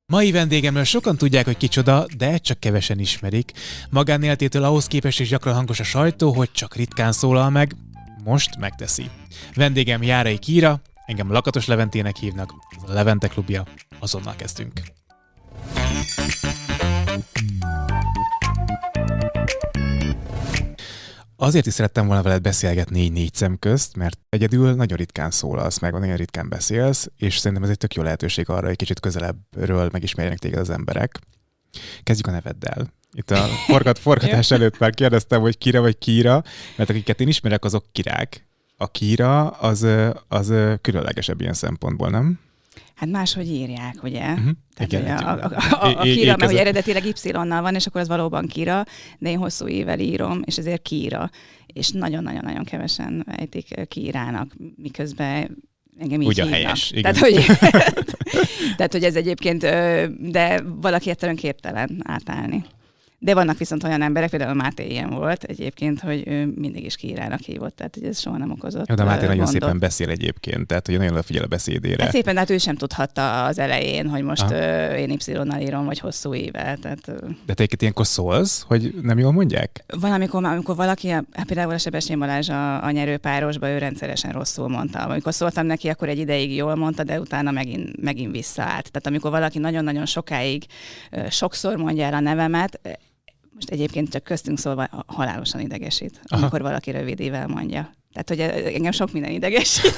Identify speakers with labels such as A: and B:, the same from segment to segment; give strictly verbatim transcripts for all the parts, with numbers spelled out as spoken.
A: Mai vendégemről sokan tudják, hogy kicsoda, de csak kevesen ismerik. Magánéletétől ahhoz képest is gyakran hangos a sajtó, hogy csak ritkán szólal meg. Most megteszi. Vendégem Járai Kíra, engem Lakatos Leventének hívnak. Ez a Levente Klubja. Azonnal kezdünk. Azért is szerettem volna veled beszélgetni így négy szem közt, mert egyedül nagyon ritkán szólalsz meg, nagyon ritkán beszélsz, és szerintem ez egy tök jó lehetőség arra, hogy kicsit közelebbről megismerjenek téged az emberek. Kezdjük a neveddel. Itt a forgat, forgatás előtt már kérdeztem, hogy Kíra vagy Kíra, mert akiket én ismerek, azok Kirák. A Kíra az, az különlegesebb ilyen szempontból, nem?
B: Hát máshogy írják, ugye?
A: Uh-huh.
B: Tehát,
A: Igen,
B: ugye a, a, a, a Kíra, mert hogy eredetileg Y-nal van, és akkor az valóban Kíra, de én hosszú ével írom, és ezért Kíra. És nagyon-nagyon-nagyon kevesen ejtik Kírának, miközben engem így
A: ugye
B: hívnak.
A: Helyes, igen.
B: Tehát hogy, tehát, hogy ez egyébként, de valaki egyszerűen képtelen átállni. De vannak viszont olyan emberek, például Máté ilyen volt egyébként, hogy ő mindig is Kírának hívott, tehát hogy ez soha nem okozott
A: Jó, de Máté nagyon
B: gondot.
A: szépen beszél egyébként, tehát hogy nagyon odafigyel a beszédére.
B: Hát szépen, de hát ő sem tudhatta az elején, hogy most uh, én Y-nal írom, vagy hosszú éve. Tehát, uh,
A: de te ilyenkor szólsz, hogy nem jól mondják?
B: Van, amikor, amikor valaki, hát például a Sebestyén Balázs a, a nyerőpárosba, ő rendszeresen rosszul mondta. Amikor szóltam neki, akkor egy ideig jól mondta, de utána megint, megint visszaállt. Tehát amikor valaki nagyon-nagyon sokáig uh, sokszor mondja el a nevemet, most egyébként csak köztünk szólva halálosan idegesít,
A: Aha.
B: amikor valaki rövidével mondja. Tehát, hogy engem sok minden idegesít.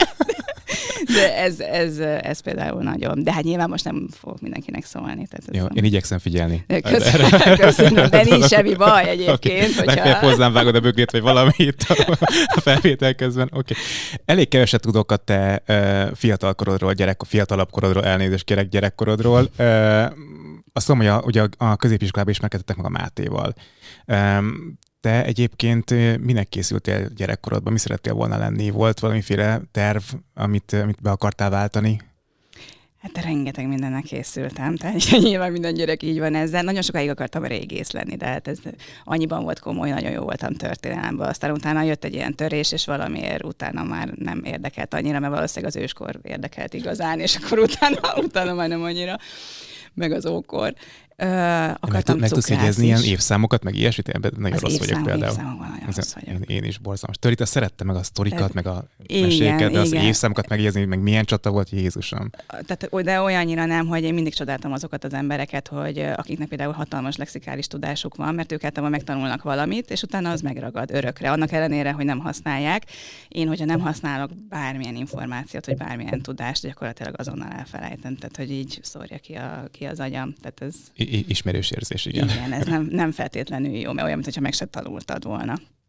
B: De ez, ez, ez például nagyon. De hát nyilván most nem fogok mindenkinek szólni. Tehát
A: Jó,
B: a...
A: én igyekszem figyelni.
B: Köszönöm, köszönöm, de nincs semmi baj egyébként.
A: Okay. Legfeljebb hozzám vágod a bögrét, vagy valamit a felvétel közben. Okay. Elég keveset tudok a te uh, fiatalkorodról, gyerek, fiatalabb korodról, elnézést kérek gyerekkorodról. Uh, azt tudom, hogy a, ugye a középiskolában ismerkedtetek meg a Mátéval. Um, Te egyébként minek készültél gyerekkorodban? Mi szerettél volna lenni? Volt valamiféle terv, amit, amit be akartál váltani?
B: Hát rengeteg mindennek készültem, tehát nyilván minden gyerek így van ezzel. Nagyon sokáig akartam régész lenni, de hát ez annyiban volt komoly, nagyon jó voltam történelemben. Aztán utána jött egy ilyen törés, és valamiért utána már nem érdekelt annyira, mert valószínűleg az őskor érdekelt igazán, és akkor utána, utána már nem annyira, meg az ókor. Uh, akartam
A: meg tudsz jegyezni ilyen
B: is.
A: évszámokat, meg ilyesmit? Én nagyon
B: az
A: rossz
B: évszám,
A: vagyok például.
B: Évszámokban nagyon rossz vagyok.
A: Én, én is borzalmas. Törít, szerettem meg a sztorikat,
B: Tehát,
A: meg a
B: igen,
A: meséket, de az
B: igen.
A: évszámokat megjegyezni, meg milyen csata volt, Jézusom.
B: Tehát, de olyannyira nem, hogy én mindig csodáltam azokat az embereket, hogy akiknek például hatalmas lexikális tudásuk van, mert ők általában megtanulnak valamit, és utána az megragad örökre. Annak ellenére, hogy nem használják. Én, hogyha nem használok bármilyen információt, vagy bármilyen tudást, gyakorlatilag azonnal elfelejtem. Tehát, hogy így szórja ki, a, ki az agyam. Tehát ez...
A: I- ismerős érzés, igen.
B: Igen, ez nem, nem feltétlenül jó, mert olyan, mintha meg se tanultad volna.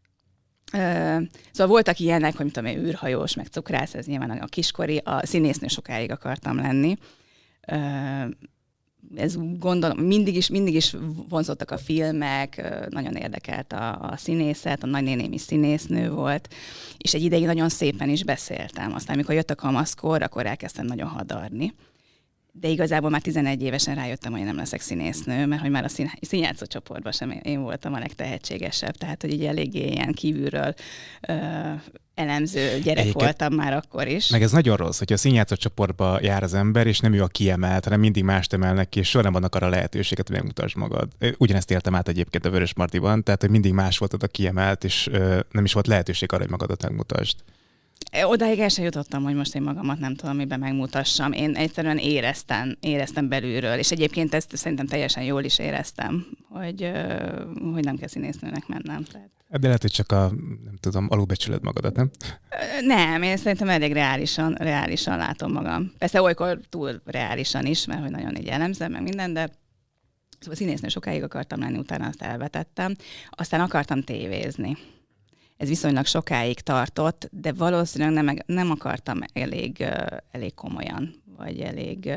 B: Uh, szóval voltak ilyenek, hogy mit tudom én, űrhajós, meg cukrász, ez nyilván a kiskori, a színésznő sokáig akartam lenni. Uh, ez gondolom, mindig is, mindig is vonzottak a filmek, nagyon érdekelt a, a színészet, a nagynéném is színésznő volt, és egy ideig nagyon szépen is beszéltem. Aztán, amikor jött a kamaszkor, akkor elkezdtem nagyon hadarni. De igazából már tizenegy évesen rájöttem, hogy nem leszek színésznő, mert hogy már a szín, színjátszó csoportban sem én voltam a legtehetségesebb, tehát hogy így eléggé ilyen kívülről ö, elemző gyerek Egyébként, voltam már akkor is.
A: Meg ez nagyon rossz, hogyha a színjátszó csoportba jár az ember, és nem ő a kiemelt, hanem mindig mást emelnek ki, és soha nem adnak arra lehetőséget, hogy megmutasd magad. Ugyanezt éltem át egyébként a Vörösmartyban, tehát hogy mindig más volt a kiemelt, és ö, nem is volt lehetőség arra, hogy magadat megmutasd.
B: Odáig el sem jutottam, hogy most én magamat nem tudom, miben megmutassam. Én egyszerűen éreztem, éreztem belülről, és egyébként ezt szerintem teljesen jól is éreztem, hogy, hogy nem kell színésznőnek mennem. Tehát...
A: De lehet, hogy csak a, nem tudom, alulbecsülöd magadat, nem?
B: Nem, én szerintem elég reálisan, reálisan látom magam. Persze olykor túl reálisan is, mert hogy nagyon így elemzem, meg minden, de szóval színésznő sokáig akartam lenni, utána azt elvetettem. Aztán akartam tévézni. Ez viszonylag sokáig tartott, de valószínűleg nem, nem akartam elég, elég komolyan, vagy elég...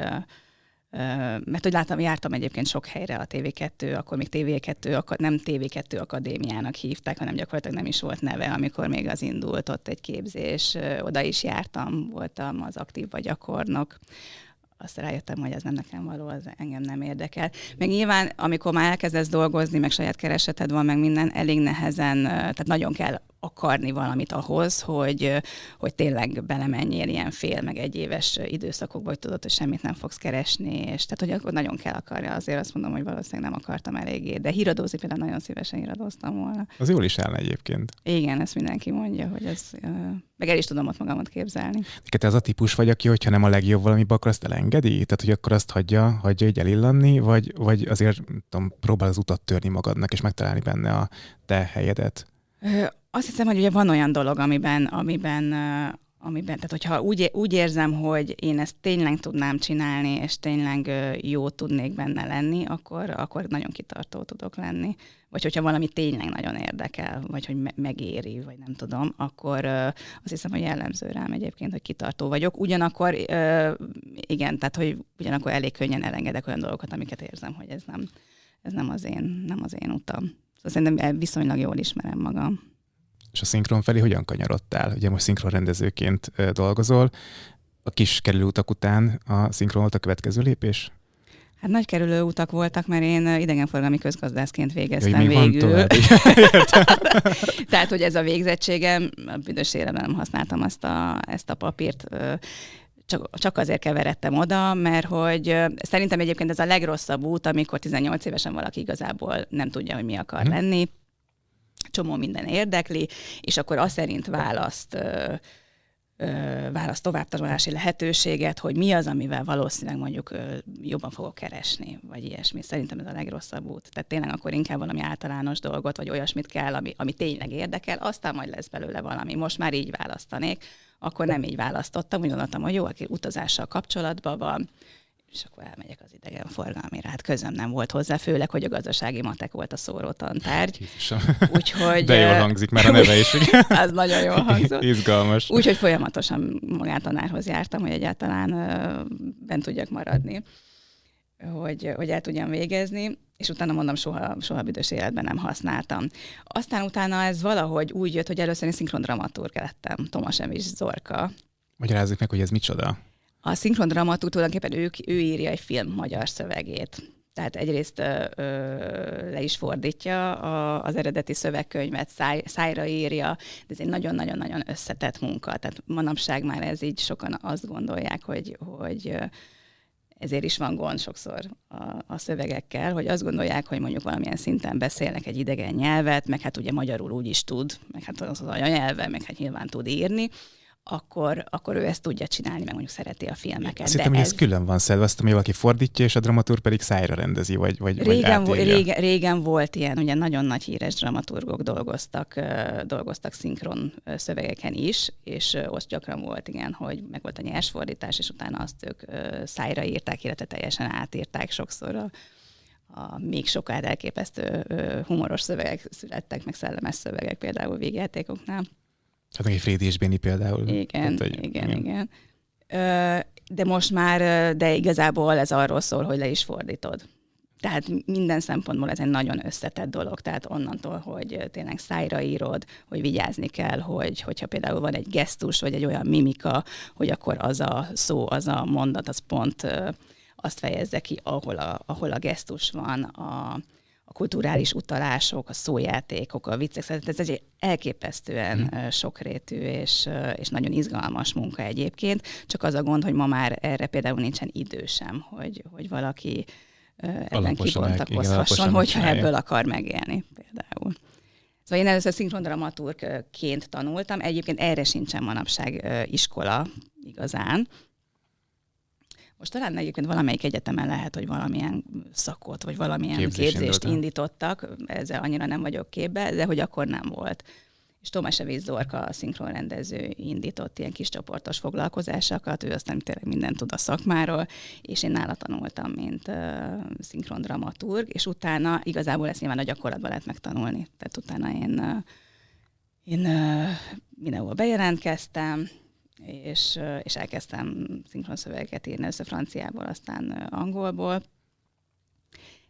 B: Mert hogy láttam, jártam egyébként sok helyre a té vé kettő, akkor még té vé kettő, nem té vé kettő Akadémiának hívták, hanem gyakorlatilag nem is volt neve, amikor még az indult ott egy képzés, oda is jártam, voltam az aktív vagy gyakornok. Azt rájöttem, hogy ez nem nekem való, az engem nem érdekel. Meg nyilván, amikor már elkezdesz dolgozni, meg saját kereseted van, meg minden, elég nehezen, tehát nagyon kell akarni valamit ahhoz, hogy, hogy tényleg belemenjél ilyen fél, meg egy éves időszakokba, hogy tudod, hogy semmit nem fogsz keresni, és tehát, hogy akkor nagyon kell akarja. Azért azt mondom, hogy valószínűleg nem akartam eléggé, de híradózni például nagyon szívesen híradóztam volna.
A: Az jól is állna egyébként.
B: Igen, ezt mindenki mondja, hogy ez, meg el is tudom ott magamat képzelni.
A: Te az a típus vagy, aki, hogyha nem a legjobb valamiben, akkor azt elengedi? Tehát, hogy akkor azt hagyja, hagyja így elillanni, vagy, vagy azért tudom, próbál az utat törni magadnak, és megtalálni benne a te helyedet?
B: Azt hiszem, hogy ugye van olyan dolog, amiben, amiben, amiben tehát hogyha úgy, úgy érzem, hogy én ezt tényleg tudnám csinálni, és tényleg jó tudnék benne lenni, akkor, akkor nagyon kitartó tudok lenni. Vagy hogyha valami tényleg nagyon érdekel, vagy hogy me- megéri, vagy nem tudom, akkor azt hiszem, hogy jellemző rám egyébként, hogy kitartó vagyok. Ugyanakkor, igen, tehát hogy ugyanakkor elég könnyen elengedek olyan dolgokat, amiket érzem, hogy ez nem, ez nem, az, én, nem az én utam. Szóval szerintem viszonylag jól ismerem magam.
A: És a szinkron felé hogyan kanyarodtál? Ugye most szinkronrendezőként dolgozol. A kis kerülőutak után a szinkron volt a következő lépés?
B: Hát nagy kerülő utak voltak, mert én idegenforgalmi közgazdászként végeztem
A: Jaj,
B: végül. Tehát, hogy ez a végzettségem, a büdös életben nem használtam azt a, ezt a papírt, csak, csak azért keveredtem oda, mert hogy szerintem egyébként ez a legrosszabb út, amikor tizennyolc évesen valaki igazából nem tudja, hogy mi akar hmm. lenni. Csomó minden érdekli, és akkor azt szerint választ, ö, ö, választ továbbtanulási lehetőséget, hogy mi az, amivel valószínűleg mondjuk ö, jobban fogok keresni, vagy ilyesmi. Szerintem ez a legrosszabb út. Tehát tényleg akkor inkább valami általános dolgot, vagy olyasmit kell, ami, ami tényleg érdekel, aztán majd lesz belőle valami. Most már így választanék, akkor nem így választottam, úgy gondoltam, hogy jó, aki utazással kapcsolatban van, és akkor elmegyek az idegenforgalmira. Hát közöm nem volt hozzá, főleg, hogy a gazdasági matek volt a szóró-tantárgy. Úgyhogy,
A: de jól hangzik már a neve is.
B: Az nagyon jól hangzott.
A: Izgalmas.
B: Úgyhogy folyamatosan magántanárhoz jártam, hogy egyáltalán uh, bent tudjak maradni, hogy, hogy el tudjam végezni, és utána mondom, soha, soha büdös életben nem használtam. Aztán utána ez valahogy úgy jött, hogy először én szinkrondramaturg lettem, Tomas Emis Zorka.
A: Magyarázzuk meg, hogy ez micsoda.
B: A szinkrondramaturg tulajdonképpen ő, ő írja egy film magyar szövegét. Tehát egyrészt ö, ö, le is fordítja a, az eredeti szövegkönyvet, száj, szájra írja, de ez egy nagyon-nagyon-nagyon összetett munka. Tehát manapság már ez így sokan azt gondolják, hogy, hogy ezért is van gond sokszor a, a szövegekkel, hogy azt gondolják, hogy mondjuk valamilyen szinten beszélnek egy idegen nyelvet, meg hát ugye magyarul úgy is tud, meg hát az az anyanyelve, meg hát nyilván tud írni, Akkor, akkor ő ezt tudja csinálni, meg mondjuk szereti a filmeket.
A: Azt hittem, hogy ez külön van szedve, azt, ami valaki fordítja, és a dramaturg pedig szájra rendezi, vagy, vagy,
B: régen,
A: vagy
B: régen, régen volt ilyen, ugye nagyon nagy híres dramaturgok dolgoztak, dolgoztak szinkron szövegeken is, és ott gyakran volt, igen, hogy meg volt a nyersfordítás, és utána azt ők szájra írták, illetve teljesen átírták sokszor a, a még sokáig elképesztő humoros szövegek születtek, meg szellemes szövegek például végjátékoknál.
A: Hát meg egy Frédi és Béni például.
B: Igen, hát, egy, igen, igen. igen. De most már, de igazából ez arról szól, hogy le is fordítod. Tehát minden szempontból ez egy nagyon összetett dolog. Tehát onnantól, hogy tényleg szájra írod, hogy vigyázni kell, hogy, hogyha például van egy gesztus, vagy egy olyan mimika, hogy akkor az a szó, az a mondat, az pont azt fejezze ki, ahol a, ahol a gesztus van, a a kulturális utalások, a szójátékok, a viccek, szóval ez egy elképesztően hmm. sokrétű és, és nagyon izgalmas munka egyébként, csak az a gond, hogy ma már erre például nincsen idő sem, hogy, hogy valaki ebben kibontakozhasson, hogyha ebből akar megélni például. Szóval én először szinkrondramaturgként tanultam, egyébként erre sincsen manapság iskola igazán. Most talán egyébként valamelyik egyetemen lehet, hogy valamilyen szakot, vagy valamilyen Képzés képzést indultam. indítottak, ezzel annyira nem vagyok képbe, de hogy akkor nem volt. És Tomas Evis Zorka, a szinkronrendező indított ilyen kis csoportos foglalkozásokat, ő aztán tényleg mindent tud a szakmáról, és én nála tanultam, mint uh, szinkrondramaturg, és utána igazából ezt nyilván a gyakorlatban lehet megtanulni. Tehát utána én, uh, én uh, mindenhol bejelentkeztem, és, és elkezdtem szinkronszövegeket írni, először franciából, aztán angolból.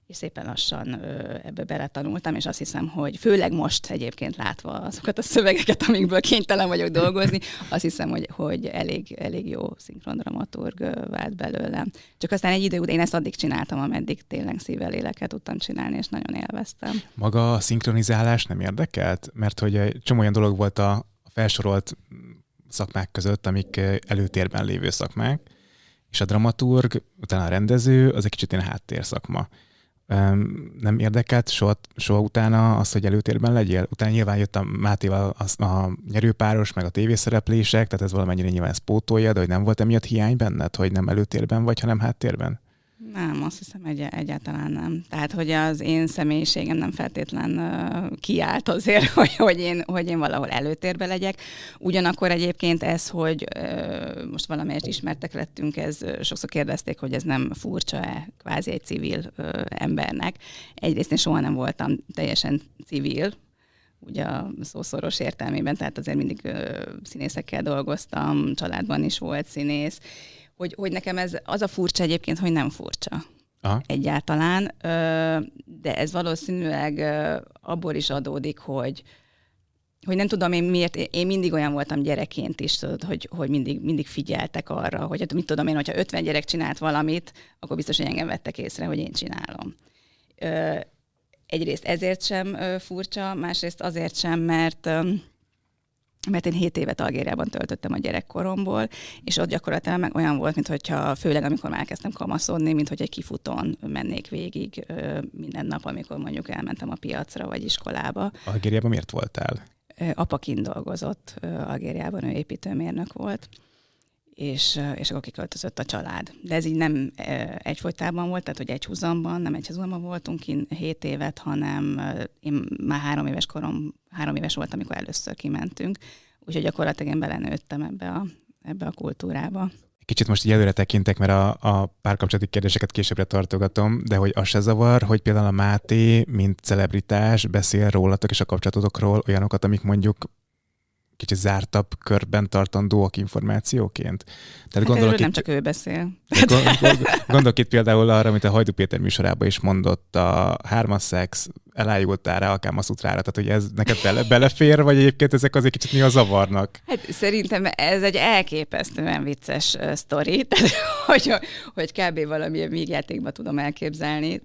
B: és szépen lassan ebbe beletanultam, és azt hiszem, hogy főleg most egyébként látva azokat a szövegeket, amikből kénytelen vagyok dolgozni, azt hiszem, hogy, hogy elég, elég jó szinkrondramaturg vált belőlem. Csak aztán egy idő után én ezt addig csináltam, ameddig tényleg szívvel lélekkel tudtam csinálni, és nagyon élveztem.
A: Maga a szinkronizálás nem érdekelt? Mert hogy egy csomó olyan dolog volt a felsorolt szakmák között, amik előtérben lévő szakmák, és a dramaturg, utána a rendező, az egy kicsit ilyen háttérszakma. Nem érdekelt soha, soha utána az, hogy előtérben legyél? Utána nyilván jött a Mátéval a, a nyerőpáros, meg a tévészereplések, tehát ez valamennyire nyilván ezt pótolja, de hogy nem volt emiatt hiány benned, hogy nem előtérben vagy, hanem háttérben?
B: Nem, azt hiszem egy, egyáltalán nem. Tehát, hogy az én személyiségem nem feltétlen uh, kiállt azért, hogy, hogy, én, hogy én valahol előtérbe legyek. Ugyanakkor egyébként ez, hogy uh, most valamelyest ismertek lettünk, ez uh, sokszor kérdezték, hogy ez nem furcsa-e kvázi egy civil uh, embernek. Egyrészt én soha nem voltam teljesen civil, ugye a szószoros értelmében, tehát azért mindig uh, színészekkel dolgoztam, családban is volt színész, Hogy, hogy nekem ez az a furcsa egyébként, hogy nem furcsa. Aha. Egyáltalán, de ez valószínűleg abból is adódik, hogy, hogy nem tudom én miért, én mindig olyan voltam gyerekként is, tudod, hogy, hogy mindig, mindig figyeltek arra, hogy hát mit tudom én, hogyha ötven gyerek csinált valamit, akkor biztos, hogy engem vettek észre, hogy én csinálom. Egyrészt ezért sem furcsa, másrészt azért sem, mert mert én hét évet Algériában töltöttem a gyerekkoromból, és ott gyakorlatilag meg olyan volt, mintha főleg amikor már elkezdtem kamaszodni, mint hogy egy kifutón mennék végig minden nap, amikor mondjuk elmentem a piacra vagy iskolába.
A: Algériában miért voltál?
B: Apa kint dolgozott Algériában, ő építőmérnök volt, és, és akkor kiköltözött a család. De ez így nem egyfolytában volt, tehát hogy egy húzamban, nem egy húzamban voltunk kint hét évet, hanem én már három éves korom, három éves voltam, amikor először kimentünk, úgyhogy gyakorlatilag én belenőttem ebbe a, ebbe a kultúrába.
A: Kicsit most így előre tekintek, mert a, a párkapcsolati kérdéseket későbbre tartogatom, de hogy az se zavar, hogy például a Máté, mint celebritás beszél rólatok és a kapcsolatotokról olyanokat, amik mondjuk kicsit zártabb körben tartandóak információként.
B: Tehát hát gondolok itt, nem csak ő beszél.
A: Gondolok itt például arra, amit a Hajdú Péter műsorában is mondott, a hármas szex, elájultára, a Kámaszutrára, tehát hogy ez neked bele, belefér, vagy egyébként ezek azért kicsit néha zavarnak?
B: Hát szerintem ez egy elképesztően vicces uh, sztori, tehát hogy, hogy kb. Valamilyen vígjátékban tudom elképzelni.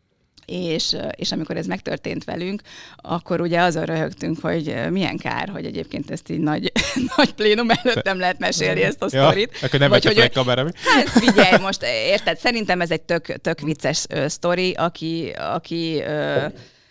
B: És, és amikor ez megtörtént velünk, akkor ugye azon röhögtünk, hogy milyen kár, hogy egyébként ezt így nagy, nagy plénum előtt nem lehet mesélni ezt a sztorit.
A: Ja, akkor nem vettek fel kamerám.
B: Hát figyelj, most érted, szerintem ez egy tök, tök vicces ö, sztori, aki, aki ö,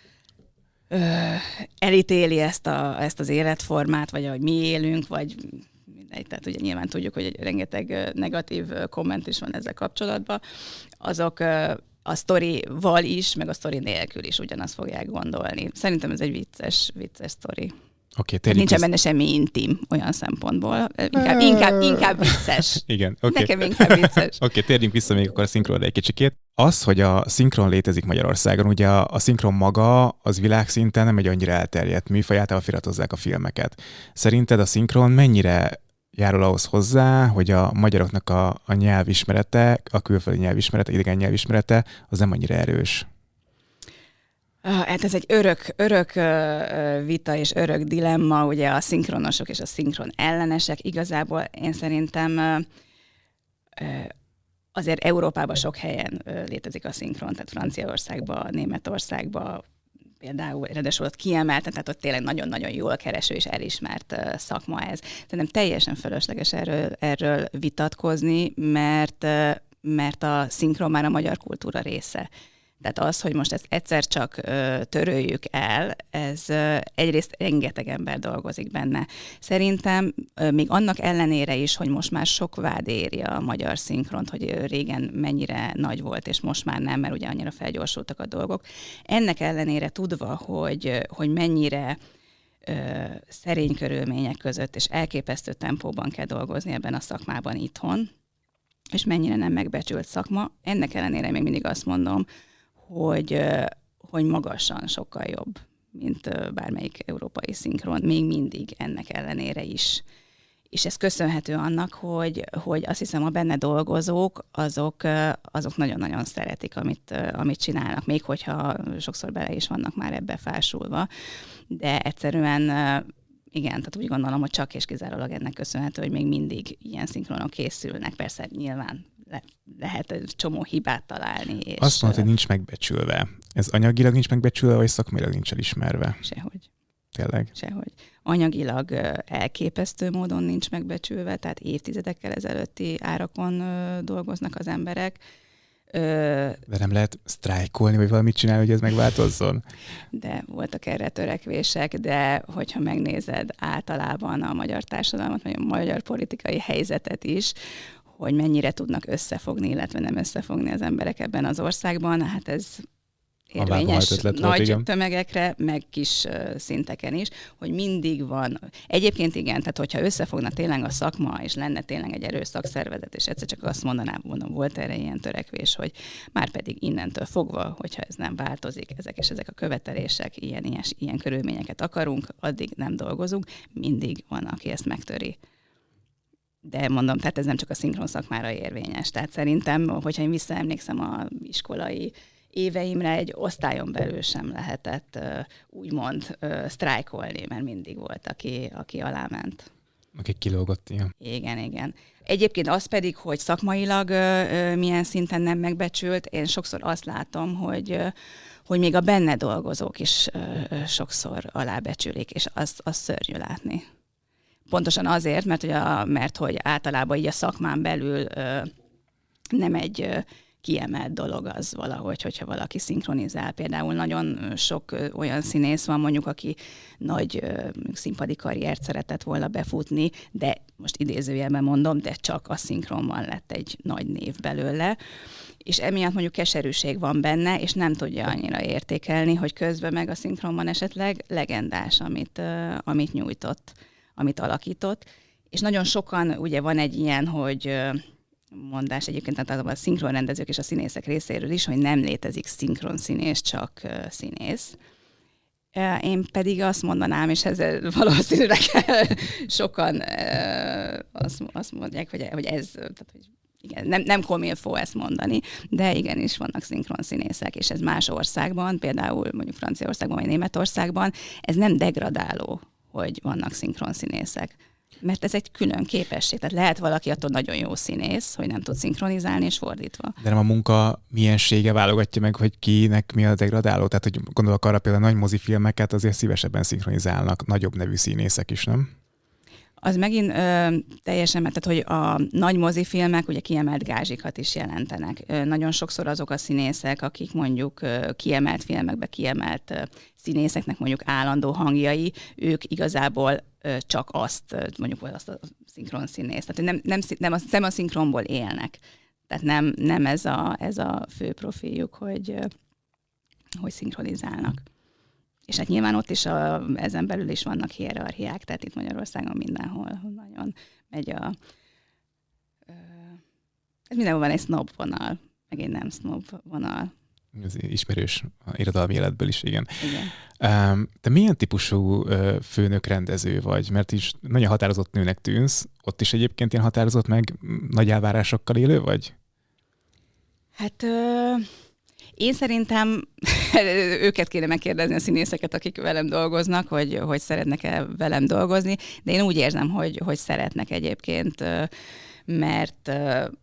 B: ö, elítéli ezt, a, ezt az életformát, vagy ahogy mi élünk, vagy mindegy, tehát ugye nyilván tudjuk, hogy rengeteg negatív komment is van ezzel kapcsolatban, azok ö, a sztorival is, meg a sztori nélkül is ugyanazt fogják gondolni. Szerintem ez egy vicces, vicces sztori.
A: Okay,
B: nincsen benne semmi intim olyan szempontból. Inkább, inkább, inkább vicces.
A: Igen, okay.
B: Nekem inkább vicces.
A: Oké, okay, térjünk vissza még akkor a szinkronra egy kicsikét. Az, hogy a szinkron létezik Magyarországon, ugye a, a szinkron maga az világszinten nem egy annyira elterjedt műfaj, általában firatozzák a filmeket. Szerinted a szinkron mennyire járul ahhoz hozzá, hogy a magyaroknak a, a nyelvismerete, a külföldi nyelvismerete, idegen nyelvismerete, az nem annyira erős?
B: Hát ez egy örök, örök vita és örök dilemma, ugye a szinkronosok és a szinkron ellenesek. Igazából én szerintem azért Európában sok helyen létezik a szinkron, tehát Franciaországban, Németországban, például ráadásul ott kiemelten, tehát ott tényleg nagyon-nagyon jól kereső és elismert uh, szakma ez. Szerintem teljesen fölösleges erről, erről vitatkozni, mert, uh, mert a szinkron már a magyar kultúra része. Tehát az, hogy most ezt egyszer csak ö, töröljük el, ez ö, egyrészt rengeteg ember dolgozik benne. Szerintem ö, még annak ellenére is, hogy most már sok vád éri a magyar szinkront, hogy ö, régen mennyire nagy volt, és most már nem, mert ugye annyira felgyorsultak a dolgok. Ennek ellenére tudva, hogy, hogy mennyire ö, szerény körülmények között és elképesztő tempóban kell dolgozni ebben a szakmában itthon, és mennyire nem megbecsült szakma, ennek ellenére még mindig azt mondom, hogy, hogy magasan sokkal jobb, mint bármelyik európai szinkron, még mindig ennek ellenére is. És ez köszönhető annak, hogy, hogy azt hiszem a benne dolgozók, azok, azok nagyon-nagyon szeretik, amit, amit csinálnak, még hogyha sokszor bele is vannak már ebbe fásulva. De egyszerűen igen, tehát úgy gondolom, hogy csak és kizárólag ennek köszönhető, hogy még mindig ilyen szinkronok készülnek. Persze nyilván le, lehet egy csomó hibát találni. És
A: azt mondod, hogy nincs megbecsülve. Ez anyagilag nincs megbecsülve, vagy szakmailag nincs elismerve?
B: Sehogy.
A: Tényleg?
B: Sehogy. Anyagilag elképesztő módon nincs megbecsülve, tehát évtizedekkel ezelőtti árakon dolgoznak az emberek.
A: De nem lehet sztrájkolni, vagy valamit csinálni, hogy ez megváltozzon?
B: De voltak erre törekvések, de hogyha megnézed általában a magyar társadalmat, vagy a magyar politikai helyzetet is, hogy mennyire tudnak összefogni, illetve nem összefogni az emberek ebben az országban, hát ez érvényes nagy volt, tömegekre, meg kis szinteken is, hogy mindig van. Egyébként igen, tehát hogyha összefogna tényleg a szakma, és lenne tényleg egy erős szakszervezet, és egyszer csak azt mondanám, mondom, volt erre ilyen törekvés, hogy már pedig innentől fogva, hogyha ez nem változik, ezek és ezek a követelések, ilyen, ilyen, ilyen körülményeket akarunk, addig nem dolgozunk, mindig van, aki ezt megtöri. De mondom, tehát ez nem csak a szinkron szakmára érvényes. Tehát szerintem, hogyha én visszaemlékszem a iskolai éveimre, egy osztályon belül sem lehetett uh, úgymond uh, sztrájkolni, mert mindig volt, aki, aki aláment.
A: Aki kilógott, igen.
B: Igen, igen. Egyébként az pedig, hogy szakmailag uh, milyen szinten nem megbecsült, én sokszor azt látom, hogy, uh, hogy még a benne dolgozók is uh, sokszor alábecsülik, és az, az szörnyű látni. Pontosan azért, mert hogy, a, mert hogy általában így a szakmán belül uh, nem egy uh, kiemelt dolog az valahogy, hogyha valaki szinkronizál. Például nagyon sok olyan színész van, mondjuk, aki nagy színpadi karriert szeretett volna befutni, de most idézőjelben mondom, de csak a szinkronban lett egy nagy név belőle, és emiatt mondjuk keserűség van benne, és nem tudja annyira értékelni, hogy közben meg a szinkronban esetleg legendás, amit, amit nyújtott, amit alakított. És nagyon sokan, ugye van egy ilyen, hogy mondás egyébként, tehát a szinkronrendezők és a színészek részéről is, hogy nem létezik szinkronszínész, csak uh, színész. Uh, én pedig azt mondanám, és ezzel valószínűleg sokan uh, azt, azt mondják, hogy, hogy ez, tehát, hogy igen, nem, nem komilfó ezt mondani, de igenis vannak szinkronszínészek, és ez más országban, például mondjuk Franciaországban vagy Németországban, ez nem degradáló, hogy vannak szinkronszínészek. Mert ez egy külön képesség. Tehát lehet valaki attól nagyon jó színész, hogy nem tud szinkronizálni, és fordítva.
A: De nem a munka miensége válogatja meg, hogy kinek mi a degradáló? Tehát, hogy gondolok arra például nagy mozifilmeket azért szívesebben szinkronizálnak nagyobb nevű színészek is, nem?
B: Az megint ö, teljesen, mert tehát, hogy a nagy mozifilmek ugye kiemelt gázsikat is jelentenek. Ö, nagyon sokszor azok a színészek, akik mondjuk ö, kiemelt filmekbe kiemelt ö, színészeknek mondjuk állandó hangjai, ők igazából ö, csak azt, ö, mondjuk azt a szinkron színész. Tehát nem, nem, nem, a, nem a szinkronból élnek. Tehát nem, nem ez, a, ez a fő profiljuk, hogy, ö, hogy szinkronizálnak. És hát nyilván ott is a, ezen belül is vannak hierarchiák, tehát itt Magyarországon mindenhol nagyon megy a... Ö, mindenhol van egy snob vonal, meg egy nem snob vonal.
A: Ez ismerős a irodalmi életből is, igen.
B: Igen.
A: Te milyen típusú főnök rendező vagy? Mert is nagyon határozott nőnek tűnsz, ott is egyébként ilyen határozott meg nagy elvárásokkal élő vagy?
B: Hát... Ö... Én szerintem őket kéne megkérdezni, a színészeket, akik velem dolgoznak, hogy, hogy szeretnek-e velem dolgozni, de én úgy érzem, hogy, hogy szeretnek egyébként, mert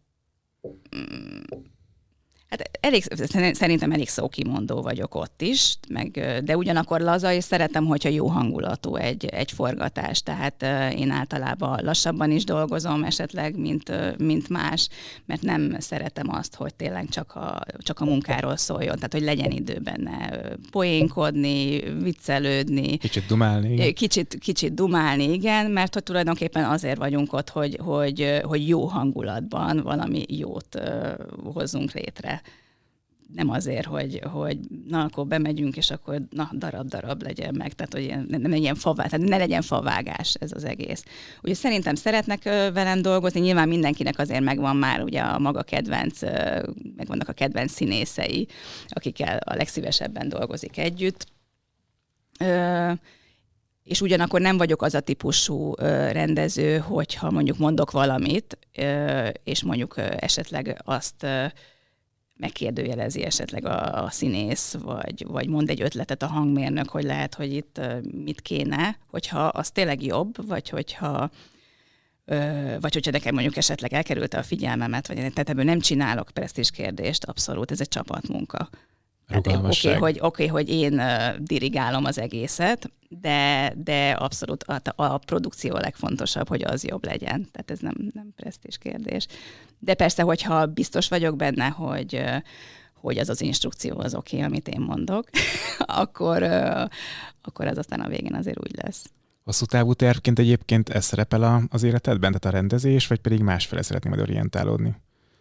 B: hát elég, szerintem elég szókimondó vagyok ott is, meg, de ugyanakkor laza, és szeretem, hogyha jó hangulatú egy, egy forgatás. Tehát én általában lassabban is dolgozom esetleg, mint, mint más, mert nem szeretem azt, hogy tényleg csak a, csak a munkáról szóljon. Tehát, hogy legyen idő benne poénkodni, viccelődni.
A: Kicsit dumálni. Igen.
B: Kicsit, kicsit dumálni, igen, mert hogy tulajdonképpen azért vagyunk ott, hogy, hogy, hogy jó hangulatban valami jót hozzunk létre. Nem azért, hogy, hogy na, akkor bemegyünk, és akkor na, darab-darab legyen meg, tehát hogy ilyen, nem, ilyen favá, tehát ne legyen favágás ez az egész. Ugye szerintem szeretnek velem dolgozni, nyilván mindenkinek azért megvan már ugye a maga kedvenc, megvannak a kedvenc színészei, akikkel a legszívesebben dolgozik együtt. és ugyanakkor nem vagyok az a típusú ö, rendező, hogyha mondjuk mondok valamit, ö, és mondjuk ö, esetleg azt ö, megkérdőjelezi esetleg a, a színész, vagy, vagy mond egy ötletet a hangmérnök, hogy lehet, hogy itt ö, mit kéne, hogyha az tényleg jobb, vagy hogyha Ö, vagy hogyha nekem mondjuk esetleg elkerülte a figyelmemet, vagy tehát ebből nem csinálok presztízs kérdést, abszolút, ez egy csapatmunka. Oké, okay, hogy, okay, hogy én uh, dirigálom az egészet, de, de abszolút a, a produkció a legfontosabb, hogy az jobb legyen. Tehát ez nem, nem presztízs kérdés. De persze, hogyha biztos vagyok benne, hogy, uh, hogy az az instrukció az oké, okay, amit én mondok, akkor, uh, akkor az aztán a végén azért úgy lesz.
A: Hosszú távú tervként egyébként ez szerepel a, az életedben, tehát a rendezés, vagy pedig másfele szeretném majd orientálódni?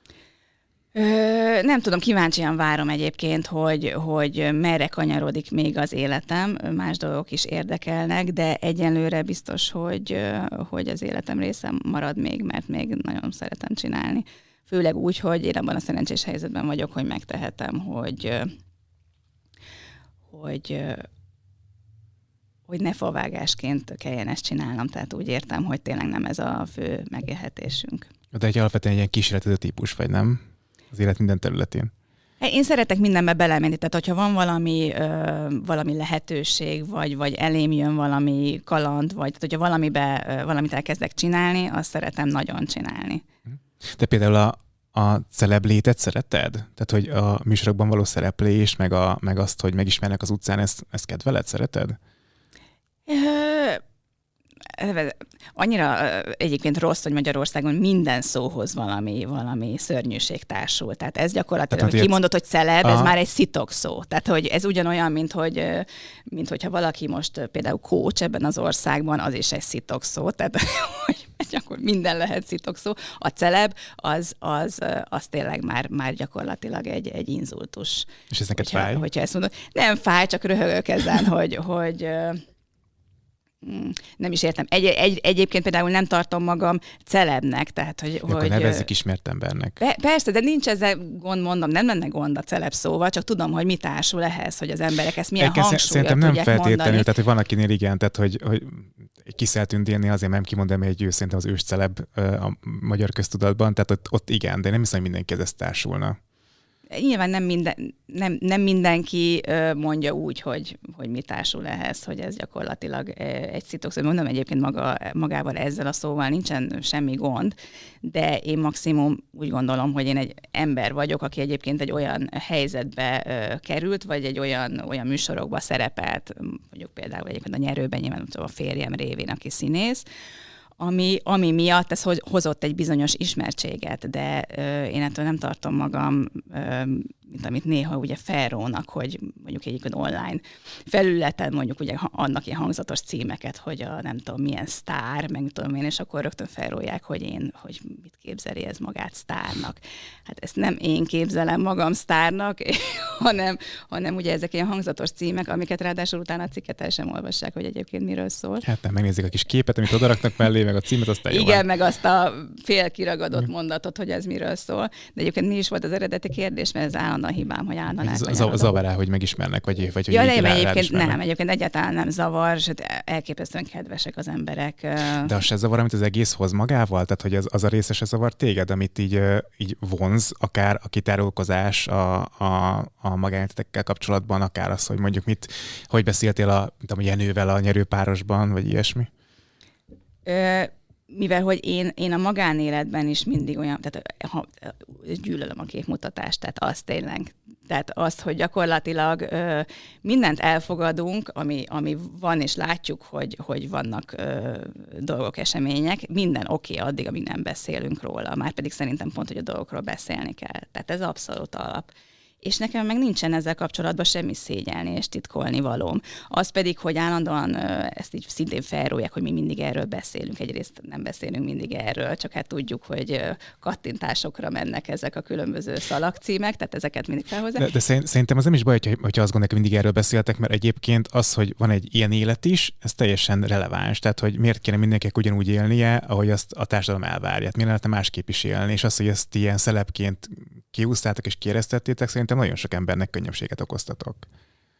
B: Ö, nem tudom, kíváncsian várom egyébként, hogy, hogy merre kanyarodik még az életem, más dolgok is érdekelnek, de egyenlőre biztos, hogy, hogy az életem része marad még, mert még nagyon szeretem csinálni. Főleg úgy, hogy én abban a szerencsés helyzetben vagyok, hogy megtehetem, hogy, hogy hogy ne favágásként kelljen ezt csinálnom, tehát úgy értem, hogy tényleg nem ez a fő megélhetésünk.
A: De egy alapvetően egy ilyen kísérletező típus vagy, nem? Az élet minden területén.
B: Én szeretek mindenbe belemenni, tehát hogyha van valami, ö, valami lehetőség, vagy, vagy elém jön valami kaland, vagy tehát hogyha valamibe, ö, valamit elkezdek csinálni, azt szeretem nagyon csinálni.
A: De például a, a celeb létet szereted? Tehát, hogy a műsorokban való szereplés, meg, a, meg azt, hogy megismernek az utcán, ezt, ezt kedveled, szereted?
B: Annyira egyébként rossz, hogy Magyarországon minden szóhoz valami, valami szörnyűség társul. Tehát ez gyakorlatilag, tehát, hogy kimondod, hogy celeb, aha, ez már egy szitok szó. Tehát, hogy ez ugyanolyan, mint, hogy, mint hogyha valaki most például coach ebben az országban, az is egy szitok szó. Tehát, hogy akkor minden lehet szitok szó. A celeb, az, az, az tényleg már, már gyakorlatilag egy, egy inzultus.
A: És ez neked
B: hogyha,
A: fáj?
B: Hogyha ezt mondod. Nem fáj, csak röhögök ezen, hogy, hogy nem is értem. Egy, egy, egyébként például nem tartom magam celebnek, tehát hogy...
A: Akkor
B: hogy
A: nevezzük ismert embernek.
B: Be, persze, de nincs ezzel gond, mondom, nem lenne gond a celeb szóval, csak tudom, hogy mi társul ehhez, hogy az emberek ezt milyen hangsúlyjal
A: Szerintem nem feltétlenül,
B: mondani.
A: Tehát hogy van akinél igen, tehát hogy, hogy egy Kiszeltündérnél azért nem kimondom, hogy egy ő szerintem az ős celeb a magyar köztudatban, tehát ott, ott igen, de nem hiszem, hogy mindenki ez társulna.
B: Nyilván nem, minden, nem, nem mindenki mondja úgy, hogy, hogy mi társul ehhez, hogy ez gyakorlatilag egy szitokszó. Mondom, egyébként maga, magával ezzel a szóval nincsen semmi gond, de én maximum úgy gondolom, hogy én egy ember vagyok, aki egyébként egy olyan helyzetbe került, vagy egy olyan, olyan műsorokba szerepelt, mondjuk például egyébként a Nyerőben, nyilván a férjem révén, aki színész, Ami, ami miatt ez hozott egy bizonyos ismertséget, de ö, én ettől nem tartom magam, ö, mint amit néha ugye felrónak, hogy mondjuk egyébként online felületen mondjuk ugye annak ilyen hangzatos címeket, hogy a nem tudom milyen sztár, meg tudom én, és akkor rögtön felrólják, hogy én, hogy mit képzeli ez magát sztárnak. Hát ezt nem én képzelem magam sztárnak, hanem, hanem ugye ezek ilyen hangzatos címek, amiket ráadásul utána a cikket el sem olvassák, hogy egyébként miről szól.
A: Hát nem, megnézik a kis képet, amit odaraknak mellé, meg a címet, aztán jó.
B: Igen, meg azt a fél kiragadott mondatot, hogy ez miről szól. De egyébként mi is volt az eredeti kérdés, mert ez állandóan hibám, hogy állandóan
A: elkanyarodom. Zavar el, hogy megismernek, vagy, vagy
B: ja,
A: hogy
B: nem, egyébként nem, egyébként egyáltalán nem zavar, sőt elképesztően kedvesek az emberek.
A: De az se zavar, amit az egész hoz magával? Tehát, hogy az, az a része se zavar téged, amit így, így vonz, akár a kitárulkozás a, a, a magánéletekkel kapcsolatban, akár az, hogy mondjuk mit, hogy beszéltél a, tudom, Jenővel a nyerőpárosban, vagy ilyesmi?
B: Ö, mivel, hogy én, én a magánéletben is mindig olyan, tehát ha, gyűlölöm a képmutatást, tehát azt tényleg. Tehát azt, hogy gyakorlatilag ö, mindent elfogadunk, ami, ami van, és látjuk, hogy, hogy vannak ö, dolgok, események, minden oké, okay, addig, amíg nem beszélünk róla. Márpedig szerintem pont, hogy a dolgokról beszélni kell. Tehát ez abszolút alap. És nekem meg nincsen ezzel kapcsolatban semmi szégyelni és titkolni valóm. Az pedig, hogy állandóan ezt így szintén felrólják, hogy mi mindig erről beszélünk. Egyrészt nem beszélünk mindig erről, csak hát tudjuk, hogy kattintásokra mennek ezek a különböző szalagcímek, tehát ezeket mindig felhozzák. De,
A: de szerintem az nem is baj, hogyha azt gondolják, hogy mindig erről beszéltek, mert egyébként az, hogy van egy ilyen élet is, ez teljesen releváns. Tehát, hogy miért kéne mindenkinek ugyanúgy élnie, ahogy azt a társadalom elvárja. Miért lehetne másképp is élni, és az, hogy ezt ilyen szelebként kiúztátok és kieresztettétek, szerintem nagyon sok embernek könnyebbséget okoztatok.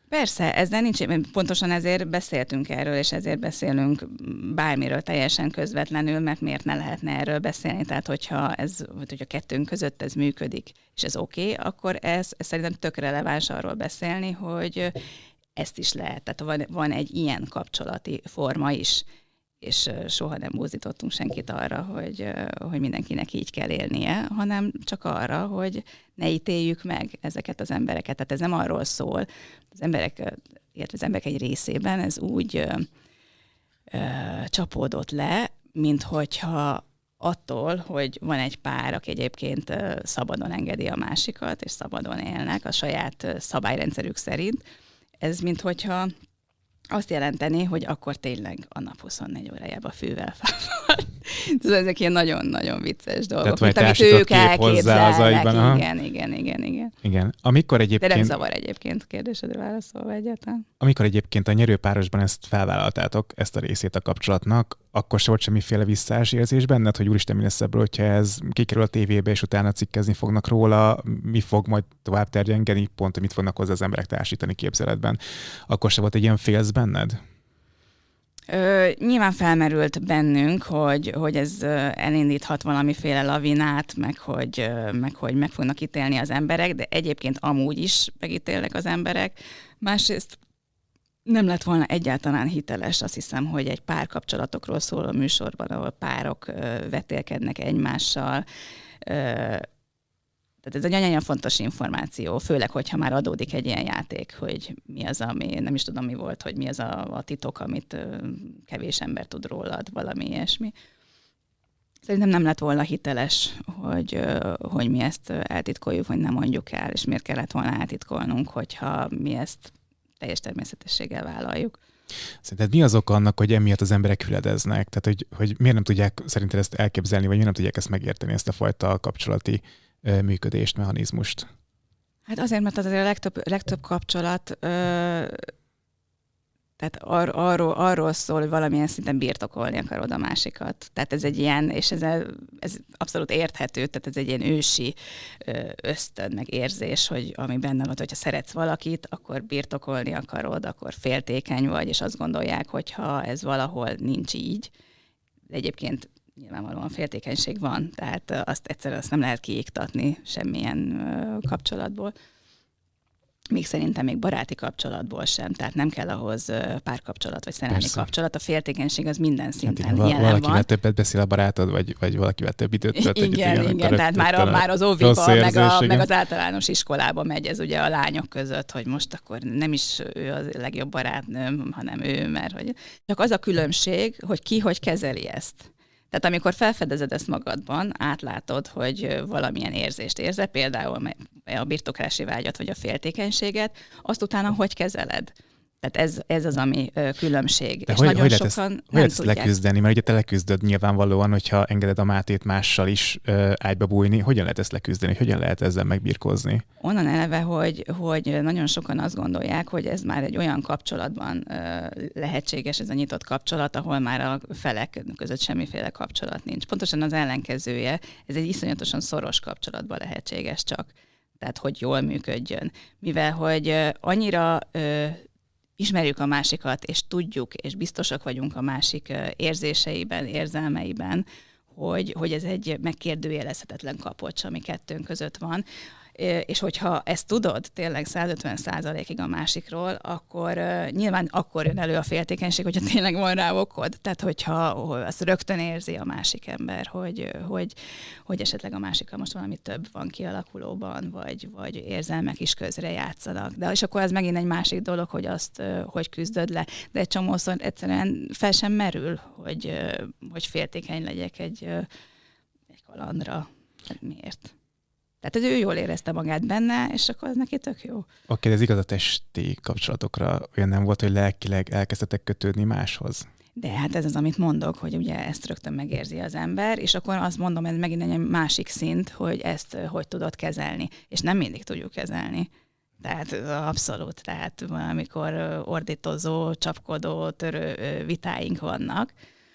B: Persze, ezzel nincs, pontosan ezért beszéltünk erről, és ezért beszélünk bármiről teljesen közvetlenül, mert miért ne lehetne erről beszélni. Tehát, hogyha ez, hogyha kettőnk között ez működik, és ez oké, okay, akkor ez, ez szerintem tök releváns arról beszélni, hogy ezt is lehet. Tehát van, van egy ilyen kapcsolati forma is, és soha nem buzdítottunk senkit arra, hogy, hogy mindenkinek így kell élnie, hanem csak arra, hogy ne ítéljük meg ezeket az embereket. Tehát ez nem arról szól, az emberek, illetve az emberek egy részében ez úgy ö, ö, csapódott le, mint hogyha attól, hogy van egy pár, aki egyébként szabadon engedi a másikat, és szabadon élnek a saját szabályrendszerük szerint, ez mint hogyha azt jelenteni, hogy akkor tényleg a nap huszonnégy órájában fűvel fával. Ezek ilyen nagyon-nagyon vicces dolgok,
A: mint
B: amit ők elképzelnek.
A: Az
B: igen, igen, igen, igen.
A: Igen. Amikor egyébként...
B: De nem zavar egyébként kérdésedre válaszolva egyáltalán.
A: Amikor egyébként a nyerőpárosban ezt felvállaltátok, ezt a részét a kapcsolatnak, akkor se volt semmiféle visszás érzés benned, hogy úristen, mi lesz ebből, hogyha ez kikerül a tévébe, és utána cikkezni fognak róla, mi fog majd tovább terjengeni, pont, hogy mit fognak hozzá az emberek társítani képzeletben. Akkor se volt egy ilyen félsz benned?
B: Ö, nyilván felmerült bennünk, hogy, hogy ez elindíthat valamiféle lavinát, meg hogy, meg hogy meg fognak ítélni az emberek, de egyébként amúgy is megítélnek az emberek. Másrészt nem lett volna egyáltalán hiteles, azt hiszem, hogy egy párkapcsolatokról szóló műsorban, ahol párok ö, vetélkednek egymással. Ö, tehát ez egy nagyon fontos információ, főleg, hogyha már adódik egy ilyen játék, hogy mi az, ami, nem is tudom mi volt, hogy mi az a, a titok, amit ö, kevés ember tud rólad, valami ilyesmi. Szerintem nem lett volna hiteles, hogy, ö, hogy mi ezt eltitkoljuk, vagy nem mondjuk el, és miért kellett volna eltitkolnunk, hogyha mi ezt teljes természetességgel vállaljuk.
A: Szerinted mi az oka annak, hogy emiatt az emberek hüledeznek? Tehát, hogy, hogy miért nem tudják szerinted ezt elképzelni, vagy miért nem tudják ezt megérteni, ezt a fajta kapcsolati ö, működést, mechanizmust?
B: Hát azért, mert azért a legtöbb, legtöbb kapcsolat ö, tehát ar, arról, arról szól, hogy valamilyen szinten birtokolni akarod a másikat. Tehát ez egy ilyen, és ez, ez abszolút érthető, tehát ez egy ilyen ősi ösztön, meg érzés, hogy ami benne van, hogyha szeretsz valakit, akkor birtokolni akarod, akkor féltékeny vagy, és azt gondolják, hogyha ez valahol nincs így. De egyébként nyilvánvalóan féltékenység van, tehát azt egyszerűen azt nem lehet kiiktatni semmilyen kapcsolatból. Még szerintem még baráti kapcsolatból sem, tehát nem kell ahhoz párkapcsolat vagy szerelmi Persze. kapcsolat. A féltékenység az minden szinten hát igen, jelen
A: valakivel
B: van.
A: többet beszél a barátod, vagy, vagy valakivel több időt tölt
B: együtt. Igen, igen, igen. Tehát már, a, már az óviba, meg, a, meg az általános iskolába megy ez ugye a lányok között, hogy most akkor nem is ő a legjobb barátnőm, hanem ő, mert hogy... Csak az a különbség, hogy ki hogy kezeli ezt. Tehát amikor felfedezed ezt magadban, átlátod, hogy valamilyen érzést érzel, például a birtoklási vágyat vagy a féltékenységet, azt utána hogy kezeled? Tehát ez, ez az, ami ö, különbség.
A: De
B: és
A: hogy,
B: nagyon
A: hogy
B: sokan
A: ezt,
B: nem
A: hogy ezt
B: tudják.
A: leküzdeni? Mert ugye te leküzdöd nyilvánvalóan, hogyha engeded a Mátét mással is ö, ágyba bújni. Hogyan lehet ezt leküzdeni? Hogyan lehet ezzel megbirkózni?
B: Onnan eleve, hogy, hogy nagyon sokan azt gondolják, hogy ez már egy olyan kapcsolatban ö, lehetséges, ez a nyitott kapcsolat, ahol már a felek között semmiféle kapcsolat nincs. Pontosan az ellenkezője, ez egy iszonyatosan szoros kapcsolatban lehetséges csak. Tehát, hogy jól működjön. Mivel, hogy ö, annyira... Ö, ismerjük a másikat, és tudjuk, és biztosak vagyunk a másik érzéseiben, érzelmeiben, hogy, hogy ez egy megkérdőjelezhetetlen kapocs, ami kettőnk között van. És hogyha ezt tudod tényleg százötven százalékig a másikról, akkor uh, nyilván akkor jön elő a féltékenység, hogyha tényleg van rá okod. Tehát, hogyha azt rögtön érzi a másik ember, hogy, hogy, hogy esetleg a másikkal most valami több van kialakulóban, vagy, vagy érzelmek is közre játszanak. De és akkor ez megint egy másik dolog, hogy azt uh, hogy küzdöd le. De egy csomószor egyszerűen fel sem merül, hogy, uh, hogy féltékeny legyek egy, uh, egy kalandra. Hát miért? Tehát ő jól érezte magát benne, és akkor az neki tök jó.
A: Oké, de ez igaz a testi kapcsolatokra, olyan nem volt, hogy lelkileg elkezdtetek kötődni máshoz?
B: De hát ez az, amit mondok, hogy ugye ezt rögtön megérzi az ember, és akkor azt mondom, ez megint egy másik szint, hogy ezt hogy tudod kezelni. És nem mindig tudjuk kezelni. Tehát abszolút, tehát amikor ordítozó, csapkodó, törő vitáink vannak.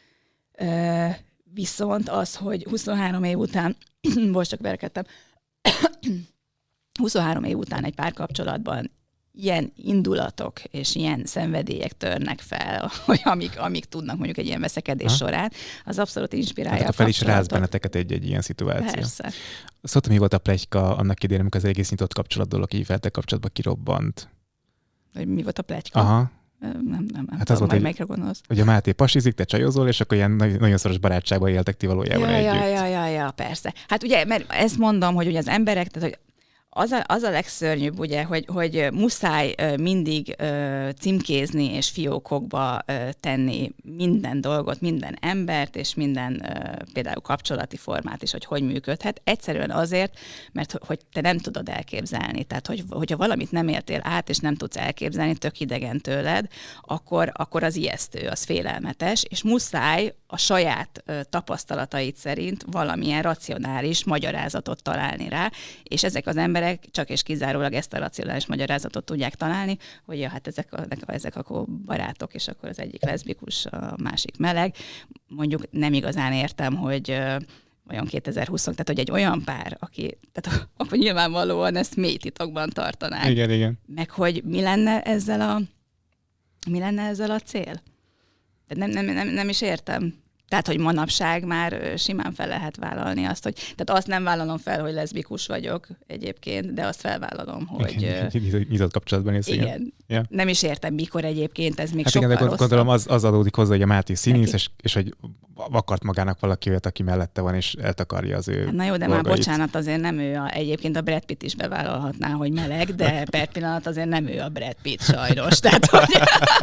B: Viszont az, hogy huszonhárom év után, most csak verkedtem, huszonhárom év után egy párkapcsolatban ilyen indulatok és ilyen szenvedélyek törnek fel, hogy amik, amik tudnak mondjuk egy ilyen veszekedés ha? során, az abszolút inspirálja
A: hát, a fel is ráz benneteket egy-egy ilyen szituáció.
B: Persze.
A: Szóval mi volt a pletyka annak idején, amikor az egész nyitott kapcsolat dolog így feltek kapcsolatban kirobbant?
B: Hogy mi volt a pletyka?
A: Aha.
B: Nem, nem, nem
A: hát
B: tudom,
A: az
B: melyikre gondolsz.
A: Hogy a Máté pasizik, te csajozol, és akkor ilyen nagyon szoros barátságban éltek ti valójában
B: ja,
A: együtt.
B: Ja, ja, ja, ja, persze. Hát ugye, mert ezt mondom, hogy ugye az emberek, tehát, hogy Az a, az a legszörnyűbb, ugye, hogy, hogy muszáj mindig uh, címkézni és fiókokba uh, tenni minden dolgot, minden embert, és minden uh, például kapcsolati formát is, hogy hogy működhet. Egyszerűen azért, mert hogy te nem tudod elképzelni. Tehát, hogy, hogyha valamit nem éltél át, és nem tudsz elképzelni, tök idegen tőled, akkor, akkor az ijesztő, az félelmetes, és muszáj a saját uh, tapasztalatait szerint valamilyen racionális magyarázatot találni rá, és ezek az emberek csak és kizárólag ezt a racionális magyarázatot tudják találni, hogy ja, hát ezek, a, ezek akkor barátok, és akkor az egyik leszbikus, a másik meleg. Mondjuk nem igazán értem, hogy olyan kétezer-húsz, tehát hogy egy olyan pár, aki, tehát akkor nyilvánvalóan ezt mély titokban tartanák.
A: Igen, igen.
B: Meg hogy mi lenne ezzel a, mi lenne ezzel a cél? Tehát nem, nem, nem, nem is értem. Tehát, hogy manapság már simán fel lehet vállalni azt, hogy... Tehát azt nem vállalom fel, hogy leszbikus vagyok egyébként, de azt felvállalom, hogy...
A: Igen, nyitott kapcsolatban élsz, igen. igen.
B: Ja. Nem is értem, mikor egyébként, ez még
A: hát
B: sokkal
A: igen, de
B: rosszabb.
A: Gondolom az, az adódik hozzá, hogy a Máté színész, és, és hogy akart magának valaki olyat, aki mellette van, és eltakarja az ő
B: Na jó, de
A: dolgait.
B: Már bocsánat, azért nem ő a... Egyébként a Brad Pitt is bevállalhatná, hogy meleg, de per pillanat azért nem ő a Brad Pitt, sajnos. Tehát, hogy...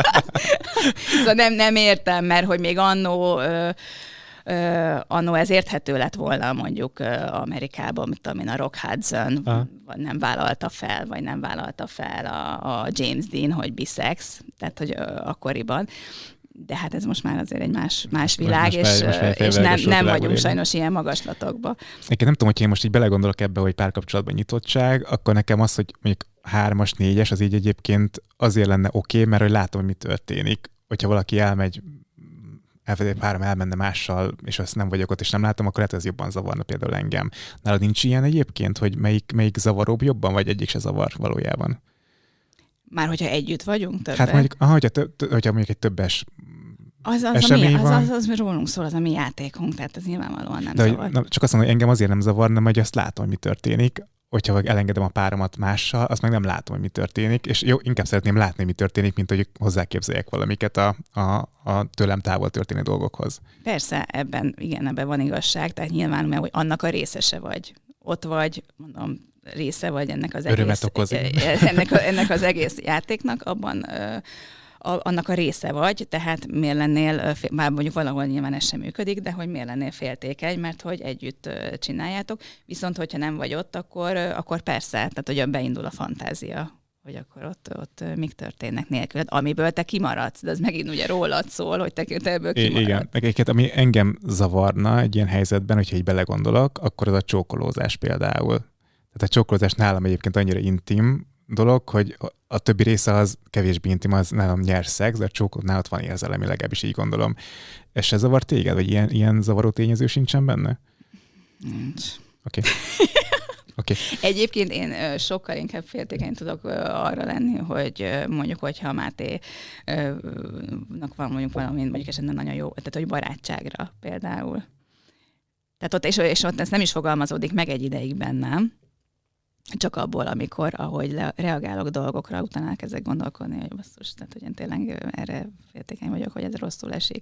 B: szóval nem, nem értem, mert hogy még annó... Uh, annó ez érthető lett volna mondjuk uh, Amerikában, mit tudom én, a Rock Hudson ah. nem vállalta fel, vagy nem vállalta fel a, a James Dean, hogy biszex, tehát hogy uh, akkoriban. De hát ez most már azért egy más, más világ, most, most és, most és nem, nem vagyunk sajnos ilyen magaslatokba.
A: Én nem tudom, hogy én most így belegondolok ebbe, hogy párkapcsolatban nyitottság, akkor nekem az, hogy mondjuk hármas, négyes, az így egyébként azért lenne oké, okay, mert hogy látom, hogy mi történik. Hogyha valaki elmegy elfedé párom elmenne mással, és azt nem vagyok ott, és nem látom, akkor hát ez jobban zavarna például engem. Nálad nincs ilyen egyébként, hogy melyik, melyik zavaróbb jobban, vagy egyik se zavar valójában?
B: Már hogyha együtt vagyunk többen?
A: Hát mondjuk, aha, hogyha, tö- hogyha mondjuk egy többes
B: az, az,
A: esemény
B: ami,
A: van.
B: Az, az, az, az rólunk szól, az a mi játékunk, tehát ez nyilvánvalóan nem
A: De
B: zavar.
A: Hogy, na, csak azt mondom, hogy engem azért nem zavarna, hogy azt látom, hogy mi történik. Hogyha elengedem a páromat mással, azt meg nem látom, hogy mi történik, és jó, inkább szeretném látni, hogy mi történik, mint hogy hozzáképzeljek valamiket a, a, a tőlem távol történő dolgokhoz.
B: Persze, ebben, igen, ebben van igazság, tehát nyilván, mert hogy annak a részese vagy. Ott vagy, mondom, része vagy ennek az
A: Örömet
B: egész, ennek, a, ennek az egész játéknak, abban a, annak a része vagy, tehát miért lennél, már mondjuk valahol nyilván ez sem működik, de hogy miért lennél féltékeny, mert hogy együtt csináljátok, viszont hogyha nem vagy ott, akkor, akkor persze, tehát hogy beindul a fantázia, hogy akkor ott, ott mik történnek nélküled, amiből te kimaradsz, de az megint ugye rólad szól, hogy te, te ebből kimaradsz.
A: Igen, egyébként ami engem zavarna egy ilyen helyzetben, hogyha így belegondolok, akkor az a csókolózás például. Tehát a csókolózás nálam egyébként annyira intim dolog, hogy a többi része az kevésbé intim, az nálam nyers szex, de a csókodnál ott van érzelem, legalábbis így gondolom. Ez se zavar téged, vagy ilyen, ilyen zavaró tényező sincsen benne?
B: Nincs.
A: Oké. Okay. Okay.
B: Egyébként én sokkal inkább féltékeny tudok arra lenni, hogy mondjuk, hogyha Máténak van mondjuk valami, mondjuk esetben nagyon jó, tehát hogy barátságra például. Tehát ott, és, és ott ez nem is fogalmazódik meg egy ideig bennem, csak abból, amikor, ahogy le, reagálok dolgokra, utána elkezdek gondolkodni, hogy basszus, tehát hogy én tényleg erre féltékeny vagyok, hogy ez rosszul esik.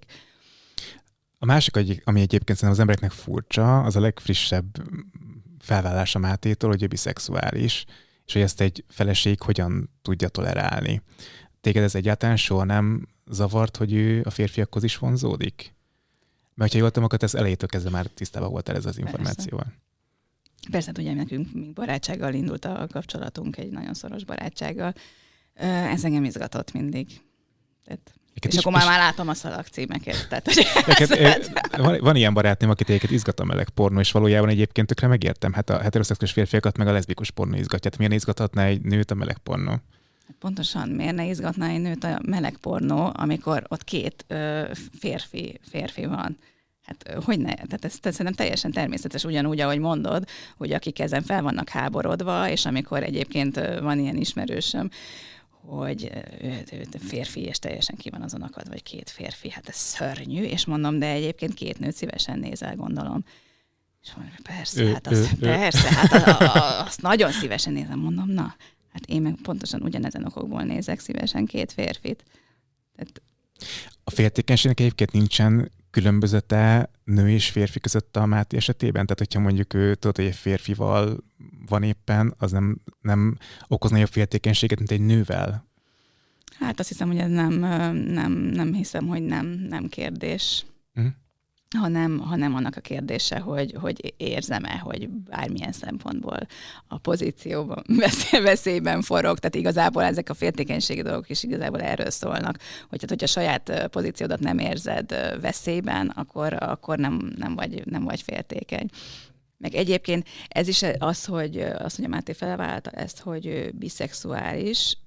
A: A másik, ami egyébként szerintem az embereknek furcsa, az a legfrissebb felvállása Mátétól, hogy ő biszexuális, és hogy ezt egy feleség hogyan tudja tolerálni. Téged ez egyáltalán soha nem zavart, hogy ő a férfiakhoz is vonzódik? Mert ha jól tudom, akkor ez elejétől kezdve már tisztában voltál ez az információval.
B: Persze. Persze, ugye nekünk még barátsággal indult a kapcsolatunk, egy nagyon szoros barátsággal. Ez engem izgatott mindig. Tehát, és is, akkor már, már látom a szalagcímeket. Tehát,
A: Eket, van, van ilyen barátném, akit egyébként izgat a meleg pornó, és valójában egyébként tökre megértem. Hát a heteroszexuális férfiakat meg a leszbikus pornó izgatja. Hát milyen izgathatná egy nőt a meleg pornó?
B: Pontosan, miért ne izgatná egy nőt a meleg pornó, amikor ott két ö, férfi, férfi van? Hát hogy ne? Tehát ez, ez szerintem teljesen természetes, ugyanúgy, ahogy mondod, hogy akik ezen fel vannak háborodva, és amikor egyébként van ilyen ismerősöm, hogy ő, ő, ő férfi, és teljesen ki van azon akad, vagy két férfi, hát ez szörnyű, és mondom, de egyébként két nőt szívesen nézel, gondolom. És mondom, persze, ő, hát az, ő, persze, ő. hát a, a, azt nagyon szívesen nézem, mondom, na, hát én meg pontosan ugyanezen okokból nézek szívesen két férfit. Tehát...
A: A féltékenységnek egyébként nincsen különbözete nő és férfi között a Máté esetében? Tehát, hogyha mondjuk ő tudod, hogy egy férfival van éppen, az nem, nem okoz nagyobb féltékenységet, mint egy nővel?
B: Hát azt hiszem, hogy ez nem, nem, nem hiszem, hogy nem, nem kérdés. Uh-huh. Hanem, hanem annak a kérdése, hogy, hogy érzem-e, hogy bármilyen szempontból a pozícióban, veszélyben forog. Tehát igazából ezek a féltékenységi dolgok is igazából erről szólnak, hogy hát, hogyha a saját pozíciódat nem érzed veszélyben, akkor, akkor nem, nem, vagy, nem vagy féltékeny. Meg egyébként ez is az, hogy, az, hogy a Máté felvállalta ezt, hogy biszexuális.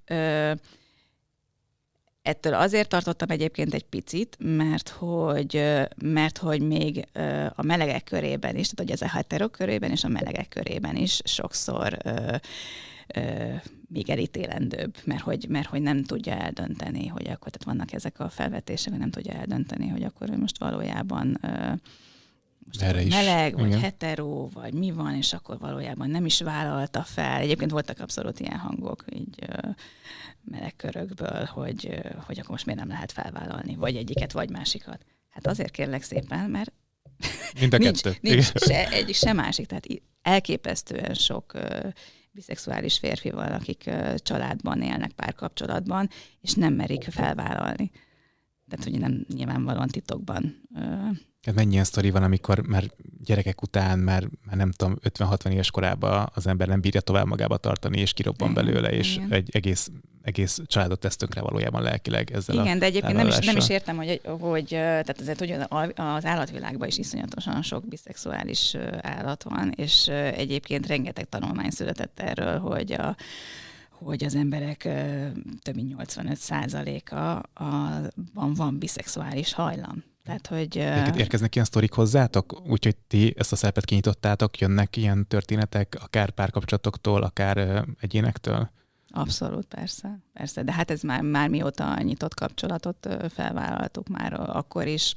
B: Ettől azért tartottam egyébként egy picit, mert hogy, mert hogy még a melegek körében is, tehát hogy ez a heterok körében és a melegek körében is sokszor ö, ö, még elítélendőbb, mert hogy, mert hogy nem tudja eldönteni, hogy akkor, tehát vannak ezek a felvetések, hogy nem tudja eldönteni, hogy akkor ő most valójában ö, most meleg, vagy igen. hetero, vagy mi van, és akkor valójában nem is vállalta fel. Egyébként voltak abszolút ilyen hangok, így ö, meleg körökből, hogy, hogy akkor most miért nem lehet felvállalni, vagy egyiket, vagy másikat. Hát azért kérlek szépen, mert
A: mind a
B: nincs,
A: kettő.
B: nincs se egyik, se másik. Tehát elképesztően sok uh, biszexuális férfi van, akik uh, családban élnek, párkapcsolatban, és nem merik felvállalni. Tehát, hogy nem nyilvánvalóan titokban. Uh,
A: Hát mennyi ilyen sztori van, amikor már gyerekek után, már, már nem tudom, ötven-hatvan éves korában az ember nem bírja tovább magába tartani, és kirobban igen, belőle, és igen. egy egész, egész családot tesz tönkre valójában lelkileg ezzel
B: igen,
A: a
B: de egyébként nem is, nem is értem, hogy, hogy tehát azért hogy az állatvilágban is iszonyatosan sok biszexuális állat van, és egyébként rengeteg tanulmány született erről, hogy a hogy az emberek több mint nyolcvanöt százaléka van, van biszexuális hajlam. Tehát, hogy...
A: Érkeznek ilyen sztorik hozzátok? Úgyhogy ti ezt a szerepet kinyitottátok, jönnek ilyen történetek, akár párkapcsolatoktól, akár egyénektől?
B: Abszolút, persze. persze. De hát ez már, már mióta nyitott kapcsolatot felvállaltuk, már akkor is,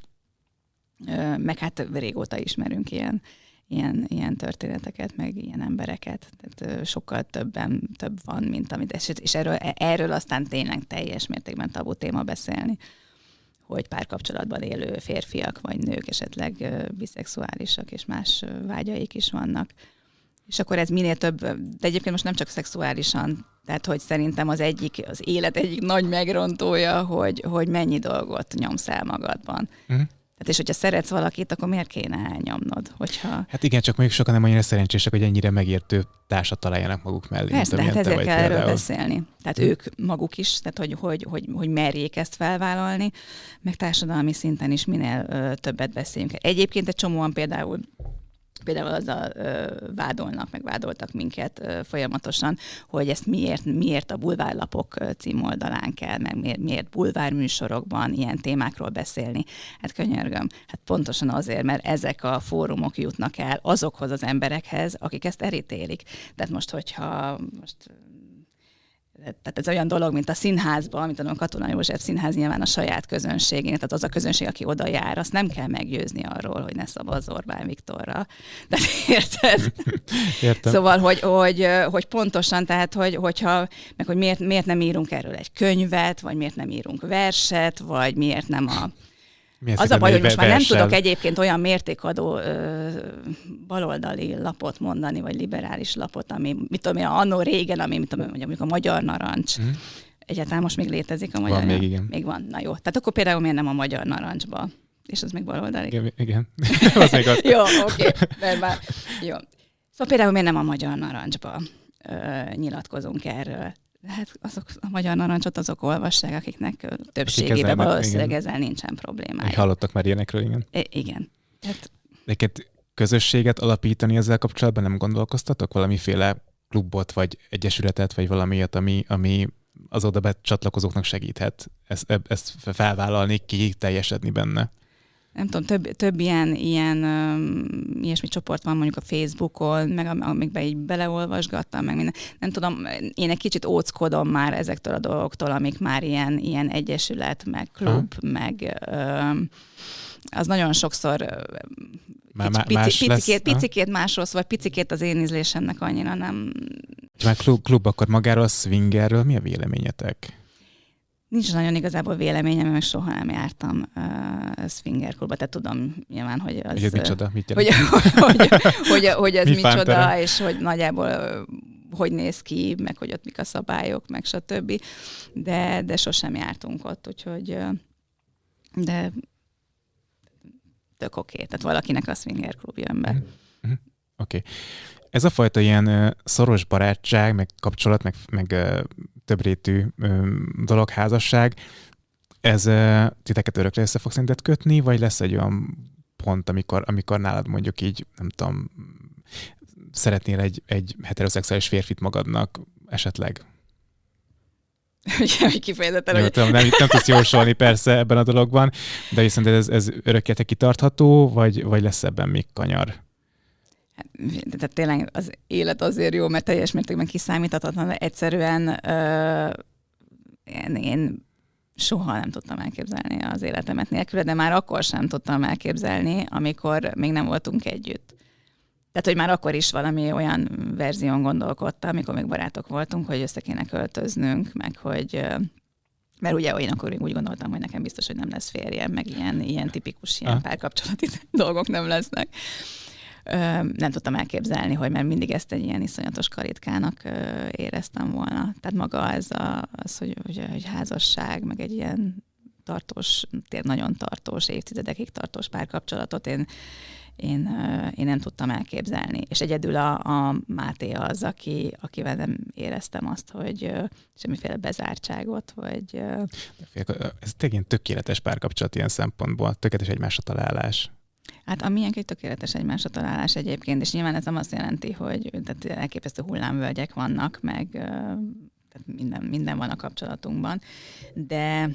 B: meg hát régóta ismerünk ilyen, ilyen, ilyen történeteket, meg ilyen embereket. Tehát sokkal többen, több van, mint amit... És erről, erről aztán tényleg teljes mértékben tabu téma beszélni, hogy párkapcsolatban élő férfiak vagy nők esetleg biszexuálisak, és más vágyaik is vannak. És akkor ez minél több, de egyébként most nem csak szexuálisan, tehát hogy szerintem az egyik, az élet egyik nagy megrontója, hogy, hogy mennyi dolgot nyomsz el magadban. Uh-huh. Tehát és hogyha szeretsz valakit, akkor miért kéne elnyomnod? Hogyha...
A: Hát igen, csak mondjuk sokan nem annyira szerencsések, hogy ennyire megértő társat találjanak maguk mellé.
B: Persze, de hát ezért kell például erről beszélni. Tehát hmm. ők maguk is, tehát hogy, hogy, hogy, hogy merjék ezt felvállalni, meg társadalmi szinten is minél ö, többet beszéljünk. Egyébként egy csomóan például Például azzal ö, vádolnak, meg vádoltak minket ö, folyamatosan, hogy ezt miért, miért a bulvárlapok címoldalán kell, meg miért, miért bulvárműsorokban ilyen témákról beszélni. Hát könyörgöm, hát pontosan azért, mert ezek a fórumok jutnak el azokhoz az emberekhez, akik ezt elítélik. Tehát most, hogyha most... Tehát ez olyan dolog, mint a színházban, mint a Katona József Színház nyilván a saját közönségének, tehát az a közönség, aki oda jár, azt nem kell meggyőzni arról, hogy ne szavazz Orbán Viktorra. Tehát érted?
A: Értem.
B: Szóval, hogy, hogy, hogy pontosan, tehát, hogy, hogyha, meg hogy miért, miért nem írunk erről egy könyvet, vagy miért nem írunk verset, vagy miért nem a... Az a baj, hogy most már nem tudok egyébként olyan mértékadó ö, baloldali lapot mondani, vagy liberális lapot, ami, mit tudom én, annó régen, ami, mit tudom, mondjuk a Magyar Narancs. Mm. Egyáltalán most még létezik a Magyar
A: Narancs? Van még, igen.
B: Még van, na jó. Tehát akkor például miért nem a Magyar Narancsba? És az még baloldali?
A: Igen, igen. az még az.
B: Jó, oké. Okay. Már... Jó. Szóval például miért nem a Magyar Narancsba ö, nyilatkozunk erről? Hát azok a Magyar Narancsot azok olvassák, akiknek többségében valószínűleg ezzel nincsen problémája.
A: Hallottak már ilyenekről, igen?
B: I- igen. Hát...
A: Egyébként közösséget alapítani ezzel kapcsolatban nem gondolkoztatok? Valamiféle klubot, vagy egyesületet, vagy valamilyet, ami, ami az oda becsatlakozóknak segíthet ezt, ezt felvállalni, ki teljesedni benne?
B: nem tudom, több, több ilyen, ilyen um, ilyesmi csoport van mondjuk a Facebookon, meg amikben így beleolvasgattam, meg minden. Nem tudom, én egy kicsit óckodom már ezektől a dolgoktól, amik már ilyen, ilyen egyesület, meg klub, ha. meg um, az nagyon sokszor
A: Már
B: pici,
A: más
B: pici,
A: lesz,
B: picikét, picikét más rossz, vagy picikét az én ízlésemnek annyira nem...
A: Már klub, klub, akkor magáról a swingerről mi a véleményetek?
B: Nincs nagyon igazából véleményem, mert soha nem jártam uh, swinger klubba, tehát tudom nyilván, hogy az...
A: Hogy ez micsoda? Mit
B: hogy, hogy, hogy, hogy ez
A: mi
B: micsoda,
A: fántere?
B: és hogy nagyjából uh, hogy néz ki, meg hogy ott mik a szabályok, meg stb. De, de sosem jártunk ott, úgyhogy... Uh, de tök oké, okay. Tehát valakinek a swinger klub jön be.
A: Mm-hmm. Oké. Okay. Ez a fajta ilyen uh, szoros barátság, meg kapcsolat, meg, meg uh, többrétű uh, dolog, házasság, ez uh, titeket örökre össze fog szerinted kötni, vagy lesz egy olyan pont, amikor, amikor nálad mondjuk így, nem tudom, szeretnél egy, egy heteroszexuális férfit magadnak esetleg?
B: Ugye, hogy kifejezetten,
A: Jó,
B: hogy...
A: tudom, nem, nem tudsz jósolni persze ebben a dologban, de viszont ez, ez örökké kitartható, vagy, vagy lesz ebben még kanyar?
B: Hát, tehát tényleg az élet azért jó, mert teljes mértékben kiszámíthatatlan, de egyszerűen ö, én, én soha nem tudtam elképzelni az életemet nélküle, de már akkor sem tudtam elképzelni, amikor még nem voltunk együtt. Tehát, hogy már akkor is valami olyan verzión gondolkodtam, amikor még barátok voltunk, hogy össze kéne költöznünk, meg hogy... Mert ugye én akkor úgy gondoltam, hogy nekem biztos, hogy nem lesz férjem, meg ilyen, ilyen tipikus ilyen párkapcsolati dolgok nem lesznek. Nem tudtam elképzelni, hogy már mindig ezt egy ilyen iszonyatos karitkának éreztem volna. Tehát maga ez a, az, hogy, hogy, hogy házasság, meg egy ilyen tartós, tényleg nagyon tartós, évtizedekig tartós párkapcsolatot én, én, én nem tudtam elképzelni. És egyedül a, a Máté az, aki, akivel nem éreztem azt, hogy semmiféle bezártságot, vagy...
A: Ez tényleg tökéletes párkapcsolat ilyen szempontból, tökéletes egymásra találás.
B: Hát amilyen egy tökéletes egymásra találás egyébként, és nyilván ez nem azt jelenti, hogy tehát elképesztő hullámvölgyek vannak, meg tehát minden, minden van a kapcsolatunkban, de,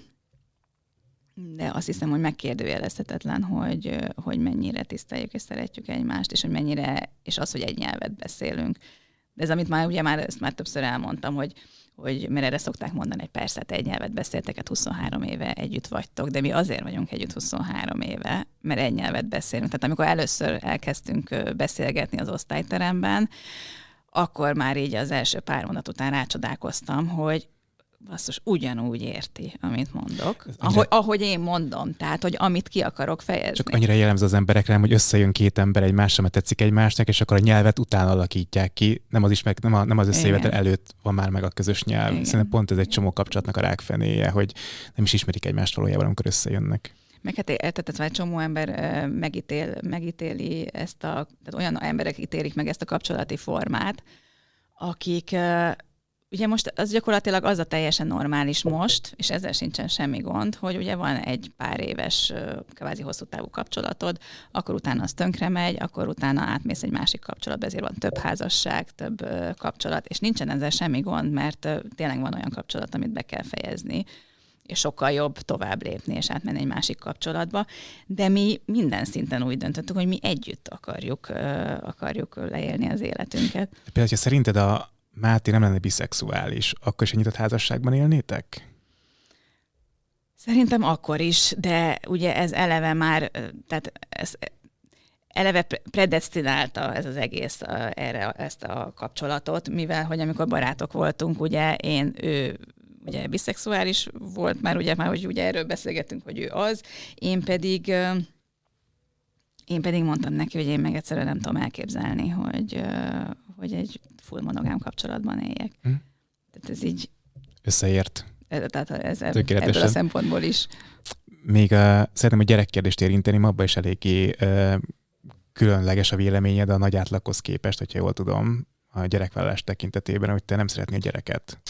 B: de azt hiszem, hogy megkérdőjelezhetetlen, hogy, hogy mennyire tiszteljük és szeretjük egymást, és hogy mennyire, és az, hogy egy nyelvet beszélünk. De ez, amit már ugye már, ezt már többször elmondtam, hogy hogy mert erre szokták mondani, hogy persze, te egy nyelvet beszéltek, hát huszonhárom éve együtt vagytok, de mi azért vagyunk együtt huszonhárom éve, mert egy nyelvet beszélünk. Tehát amikor először elkezdtünk beszélgetni az osztályteremben, akkor már így az első pár mondat után rácsodálkoztam, hogy basszus, ugyanúgy érti, amit mondok, ahogy, ahogy én mondom, tehát, hogy amit ki akarok fejezni.
A: Csak annyira jellemző az emberekre, hogy összejön két ember egymásra, mert tetszik egymásnak, és akkor a nyelvet utána alakítják ki. Nem az, is meg, nem, a, nem az összejövetel előtt van már meg a közös nyelv. Igen. Szerintem pont ez egy csomó kapcsolatnak a rákfenéje, hogy nem is ismerik egymást valójában, amikor összejönnek.
B: Meg hát tehát egy csomó ember megítél, megítéli ezt a, tehát olyan emberek ítélik meg ezt a kapcsolati formát, akik... Ugye most az gyakorlatilag az a teljesen normális most, és ezzel sincsen semmi gond, hogy ugye van egy pár éves kvázi hosszú távú kapcsolatod, akkor utána az tönkre megy, akkor utána átmész egy másik kapcsolatba, ezért van több házasság, több kapcsolat, és nincsen ezzel semmi gond, mert tényleg van olyan kapcsolat, amit be kell fejezni, és sokkal jobb tovább lépni és átmenni egy másik kapcsolatba, de mi minden szinten úgy döntöttük, hogy mi együtt akarjuk, akarjuk leélni az életünket.
A: Például, ha szerinted a Máté nem lenne biszexuális, akkor is egy nyitott házasságban élnétek?
B: Szerintem akkor is, de ugye ez eleve már, tehát ez eleve predestinálta ez az egész erre, ezt a kapcsolatot, mivel, hogy amikor barátok voltunk, ugye én, ő ugye biszexuális volt, már ugye, már hogy ugye erről beszélgettünk, hogy ő az, én pedig, én pedig mondtam neki, hogy én meg egyszerűen nem tudom elképzelni, hogy, hogy egy full monogám kapcsolatban éljek. Hm. Tehát ez így...
A: Összeért.
B: Tehát ez ebből a szempontból is.
A: Még uh, szeretném a gyerekkérdést érinteni, abban is eléggé uh, különleges a véleményed a nagy átlaghoz képest, hogyha jól tudom, a gyerekvállalás tekintetében, hogy te nem szeretnél gyereket.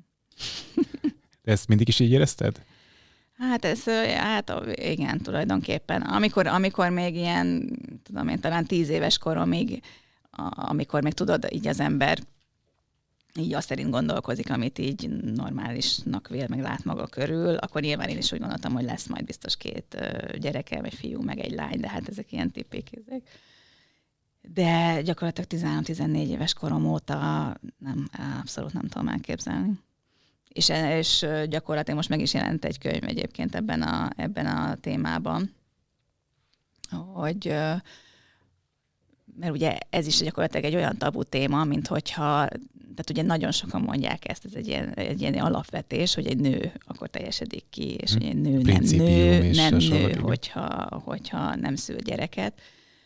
A: De ezt mindig is így érezted?
B: Hát ez, hát igen, tulajdonképpen. Amikor, amikor még ilyen, tudom én, talán tíz éves koromig, amikor még tudod, így az ember így azt szerint gondolkozik, amit így normálisnak vél, meg lát maga körül, akkor nyilván én is úgy gondoltam, hogy lesz majd biztos két gyerekem, egy fiú, meg egy lány, de hát ezek ilyen tippék ezek. De gyakorlatilag tizenhárom-tizennégy éves korom óta nem, abszolút nem tudom elképzelni. És, és gyakorlatilag most meg is jelent egy könyv egyébként ebben a, ebben a témában, hogy mert ugye ez is gyakorlatilag egy olyan tabu téma, mint hogyha, tehát ugye nagyon sokan mondják ezt, ez egy ilyen, egy ilyen alapvetés, hogy egy nő akkor teljesedik ki, és hogy egy nő nem nő, nem nő, hogyha, hogyha nem szül gyereket.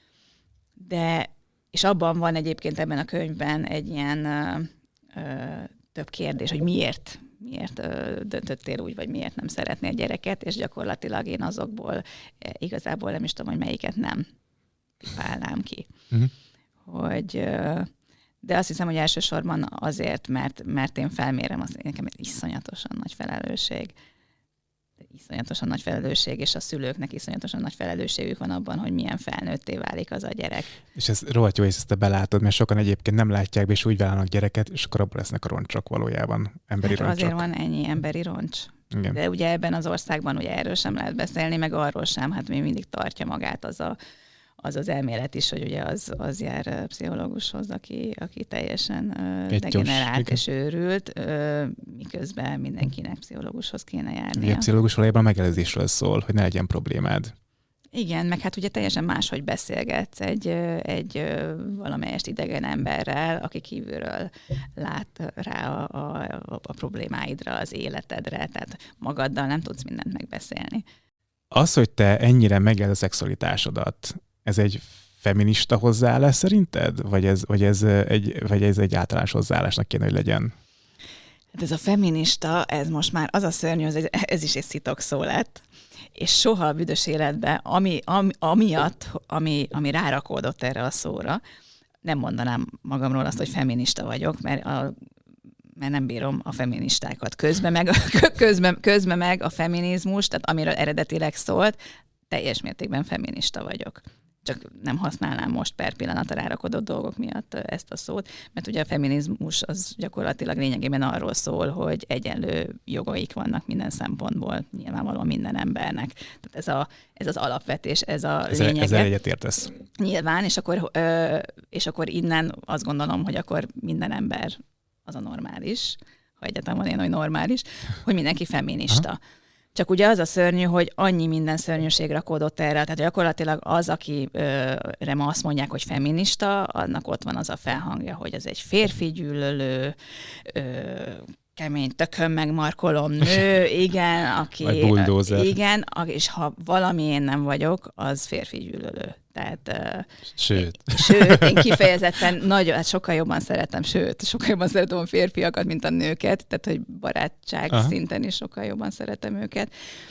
B: De, és abban van egyébként ebben a könyvben egy ilyen ö, ö, több kérdés, hogy miért, miért ö, döntöttél úgy, vagy miért nem szeretnél gyereket, és gyakorlatilag én azokból igazából nem is tudom, hogy melyiket nem pipálnám ki. Uh-huh. Hogy, ö, de azt hiszem, hogy elsősorban azért, mert, mert én felmérem, azt, nekem ez iszonyatosan nagy felelősség. iszonyatosan nagy felelősség, és a szülőknek iszonyatosan nagy felelősségük van abban, hogy milyen felnőtté válik az a gyerek.
A: És ez rohadt jó, és ezt te belátod, mert sokan egyébként nem látják be, és úgy vállalnak gyereket, és akkor abban lesznek a roncsok valójában, emberi hát roncsok.
B: Azért van ennyi emberi roncs. Igen. De ugye ebben az országban ugye erről sem lehet beszélni, meg arról sem, hát még mindig tartja magát az a, az, az elmélet is, hogy ugye az, az jár pszichológushoz, aki, aki teljesen uh, degenerált és őrült, uh, miközben mindenkinek pszichológushoz kéne járnia.
A: Igen, a pszichológus valójában a megelőzésről szól, hogy ne legyen problémád.
B: Igen, meg hát ugye teljesen máshogy beszélgetsz egy, egy valamelyest idegen emberrel, aki kívülről lát rá a, a, a problémáidra, az életedre, tehát magaddal nem tudsz mindent megbeszélni.
A: Az, hogy te ennyire megéld a szexualitásodat, ez egy feminista hozzáállás szerinted? Vagy ez, vagy ez, egy, vagy ez egy általános hozzáállásnak kéne, hogy legyen?
B: Hát ez a feminista, ez most már az a szörnyű, ez, ez is egy szitokszó lett. És soha a büdös életben, ami, ami, amiatt, ami, ami rárakódott erre a szóra, nem mondanám magamról azt, hogy feminista vagyok, mert, a, mert nem bírom a feministákat. Közben meg, közben, közben meg a feminizmus, tehát amiről eredetileg szólt, teljes mértékben feminista vagyok. Csak nem használnám most per pillanat a rárakodott dolgok miatt ezt a szót, mert ugye a feminizmus az gyakorlatilag lényegében arról szól, hogy egyenlő jogaik vannak minden szempontból, nyilvánvalóan minden embernek. Tehát ez, a, ez az alapvetés, ez a
A: ezzel,
B: lényege.
A: Ezzel egyetértesz.
B: Nyilván, és akkor, ö, és akkor innen azt gondolom, hogy akkor minden ember az a normális, ha egyáltalán van ilyen, hogy normális, hogy mindenki feminista. Aha. Csak ugye az a szörnyű, hogy annyi minden szörnyűség rakódott erre, tehát gyakorlatilag az, akire ma azt mondják, hogy feminista, annak ott van az a felhangja, hogy ez egy férfi gyűlölő, ö, kemény tökön megmarkolom nő, igen, aki...
A: Vagy bulldozer.
B: Igen, és ha valami én nem vagyok, az férfi gyűlölő. Tehát,
A: sőt.
B: Sőt, én kifejezetten nagyon, hát sokkal jobban szeretem, sőt, sokkal jobban szeretem a férfiakat, mint a nőket, tehát, hogy barátság Aha. szinten is sokkal jobban szeretem őket.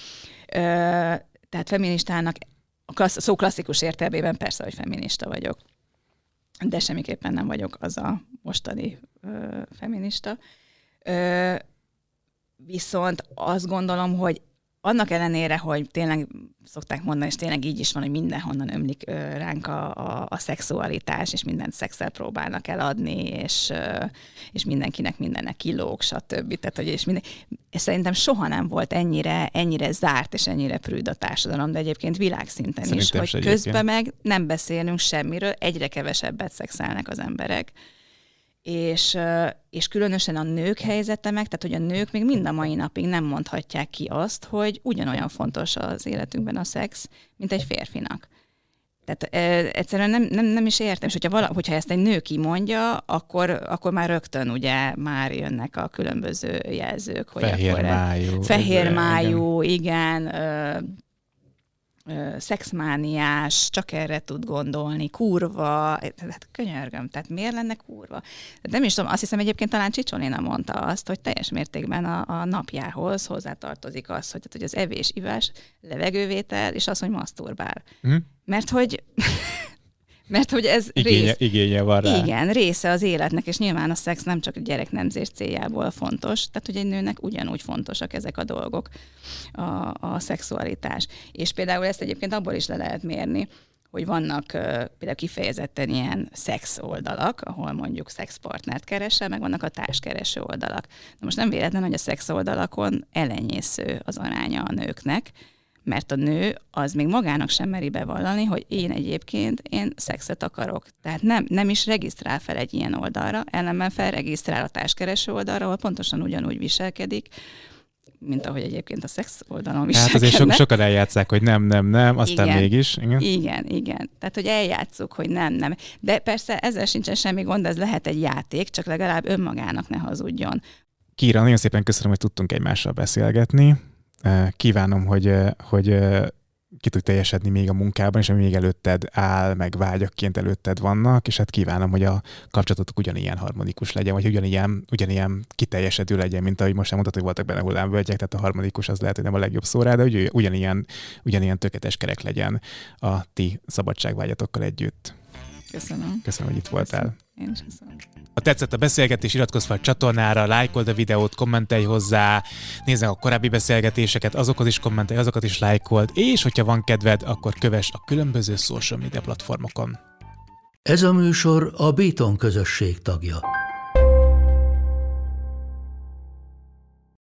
B: Tehát feministának a klassz, szó klasszikus értelmében persze, hogy feminista vagyok, de semmiképpen nem vagyok az a mostani ö, feminista. Ö, viszont azt gondolom, hogy annak ellenére, hogy tényleg szokták mondani, és tényleg így is van, hogy mindenhonnan ömlik ö, ránk a, a, a szexualitás, és mindent szexel próbálnak eladni, és, ö, és mindenkinek mindennek kilóg, stb. Tehát, hogy és minden... Szerintem soha nem volt ennyire, ennyire zárt és ennyire prűd a társadalom, de egyébként világszinten Szerintem is, hogy közben meg nem beszélünk semmiről, egyre kevesebbet szexelnek az emberek. És, és különösen a nők helyzete meg, tehát hogy a nők még mind a mai napig nem mondhatják ki azt, hogy ugyanolyan fontos az életünkben a szex, mint egy férfinak. Tehát e, egyszerűen nem, nem, nem is értem, és hogyha, vala, hogyha ezt egy nő kimondja, akkor, akkor már rögtön ugye már jönnek a különböző jelzők. Hogy
A: fehér
B: akkor
A: májú.
B: Fehér májú, igen, igen ö, ö, szexmániás, csak erre tud gondolni, kurva, hát könyörgöm, tehát miért lenne kurva? De nem is tudom, azt hiszem egyébként talán Csicsolina mondta azt, hogy teljes mértékben a, a napjához hozzátartozik az, hogy, hogy az evés, ivás, levegővétel, és az, hogy maszturbál. Hm? Mert hogy... Mert hogy ez
A: igénye,
B: rész,
A: igénye van rá.
B: Igen, része az életnek, és nyilván a szex nem csak a gyereknemzés céljából fontos, tehát hogy egy nőnek ugyanúgy fontosak ezek a dolgok, a, a szexualitás. És például ezt egyébként abból is le lehet mérni, hogy vannak uh, például kifejezetten ilyen szex oldalak, ahol mondjuk szexpartnert keresel, meg vannak a társkereső oldalak. De most nem véletlen, hogy a szex oldalakon elenyésző az aránya a nőknek, mert a nő az még magának sem meri bevallani, hogy én egyébként én szexet akarok. Tehát nem, nem is regisztrál fel egy ilyen oldalra, ellenben felregisztrál a társkereső oldalra, ahol pontosan ugyanúgy viselkedik, mint ahogy egyébként a szex oldalon viselkednek.
A: Hát azért so- sokan eljátszák, hogy nem, nem, nem, aztán
B: igen,
A: mégis. Igen.
B: igen, igen. Tehát, hogy eljátszuk, hogy nem, nem. De persze ezzel sincsen semmi gond, ez lehet egy játék, csak legalább önmagának ne hazudjon.
A: Kíra, nagyon szépen köszönöm, hogy tudtunk egymással beszélgetni. Kívánom, hogy, hogy ki tudj teljesedni még a munkában, és ami még előtted áll, meg vágyakként előtted vannak, és hát kívánom, hogy a kapcsolatotok ugyanilyen harmonikus legyen, vagy ugyanilyen, ugyanilyen kiteljesedő legyen, mint ahogy most elmondtad, hogy voltak benne hullámvölgyek, tehát a harmonikus az lehet, hogy nem a legjobb szó rá, de hogy ugyanilyen, ugyanilyen tökéletes kerek legyen a ti szabadságvágyatokkal együtt.
B: Köszönöm.
A: Köszönöm, hogy itt voltál.
B: Köszönöm. Én is köszönöm.
A: Ha tetszett a beszélgetés, iratkozz fel a csatornára, lájkold a videót, kommentelj hozzá, nézd meg a korábbi beszélgetéseket, azokat is kommentelj, azokat is lájkold, és hogyha van kedved, akkor kövess a különböző social media platformokon.
C: Ez a műsor a Béton közösség tagja.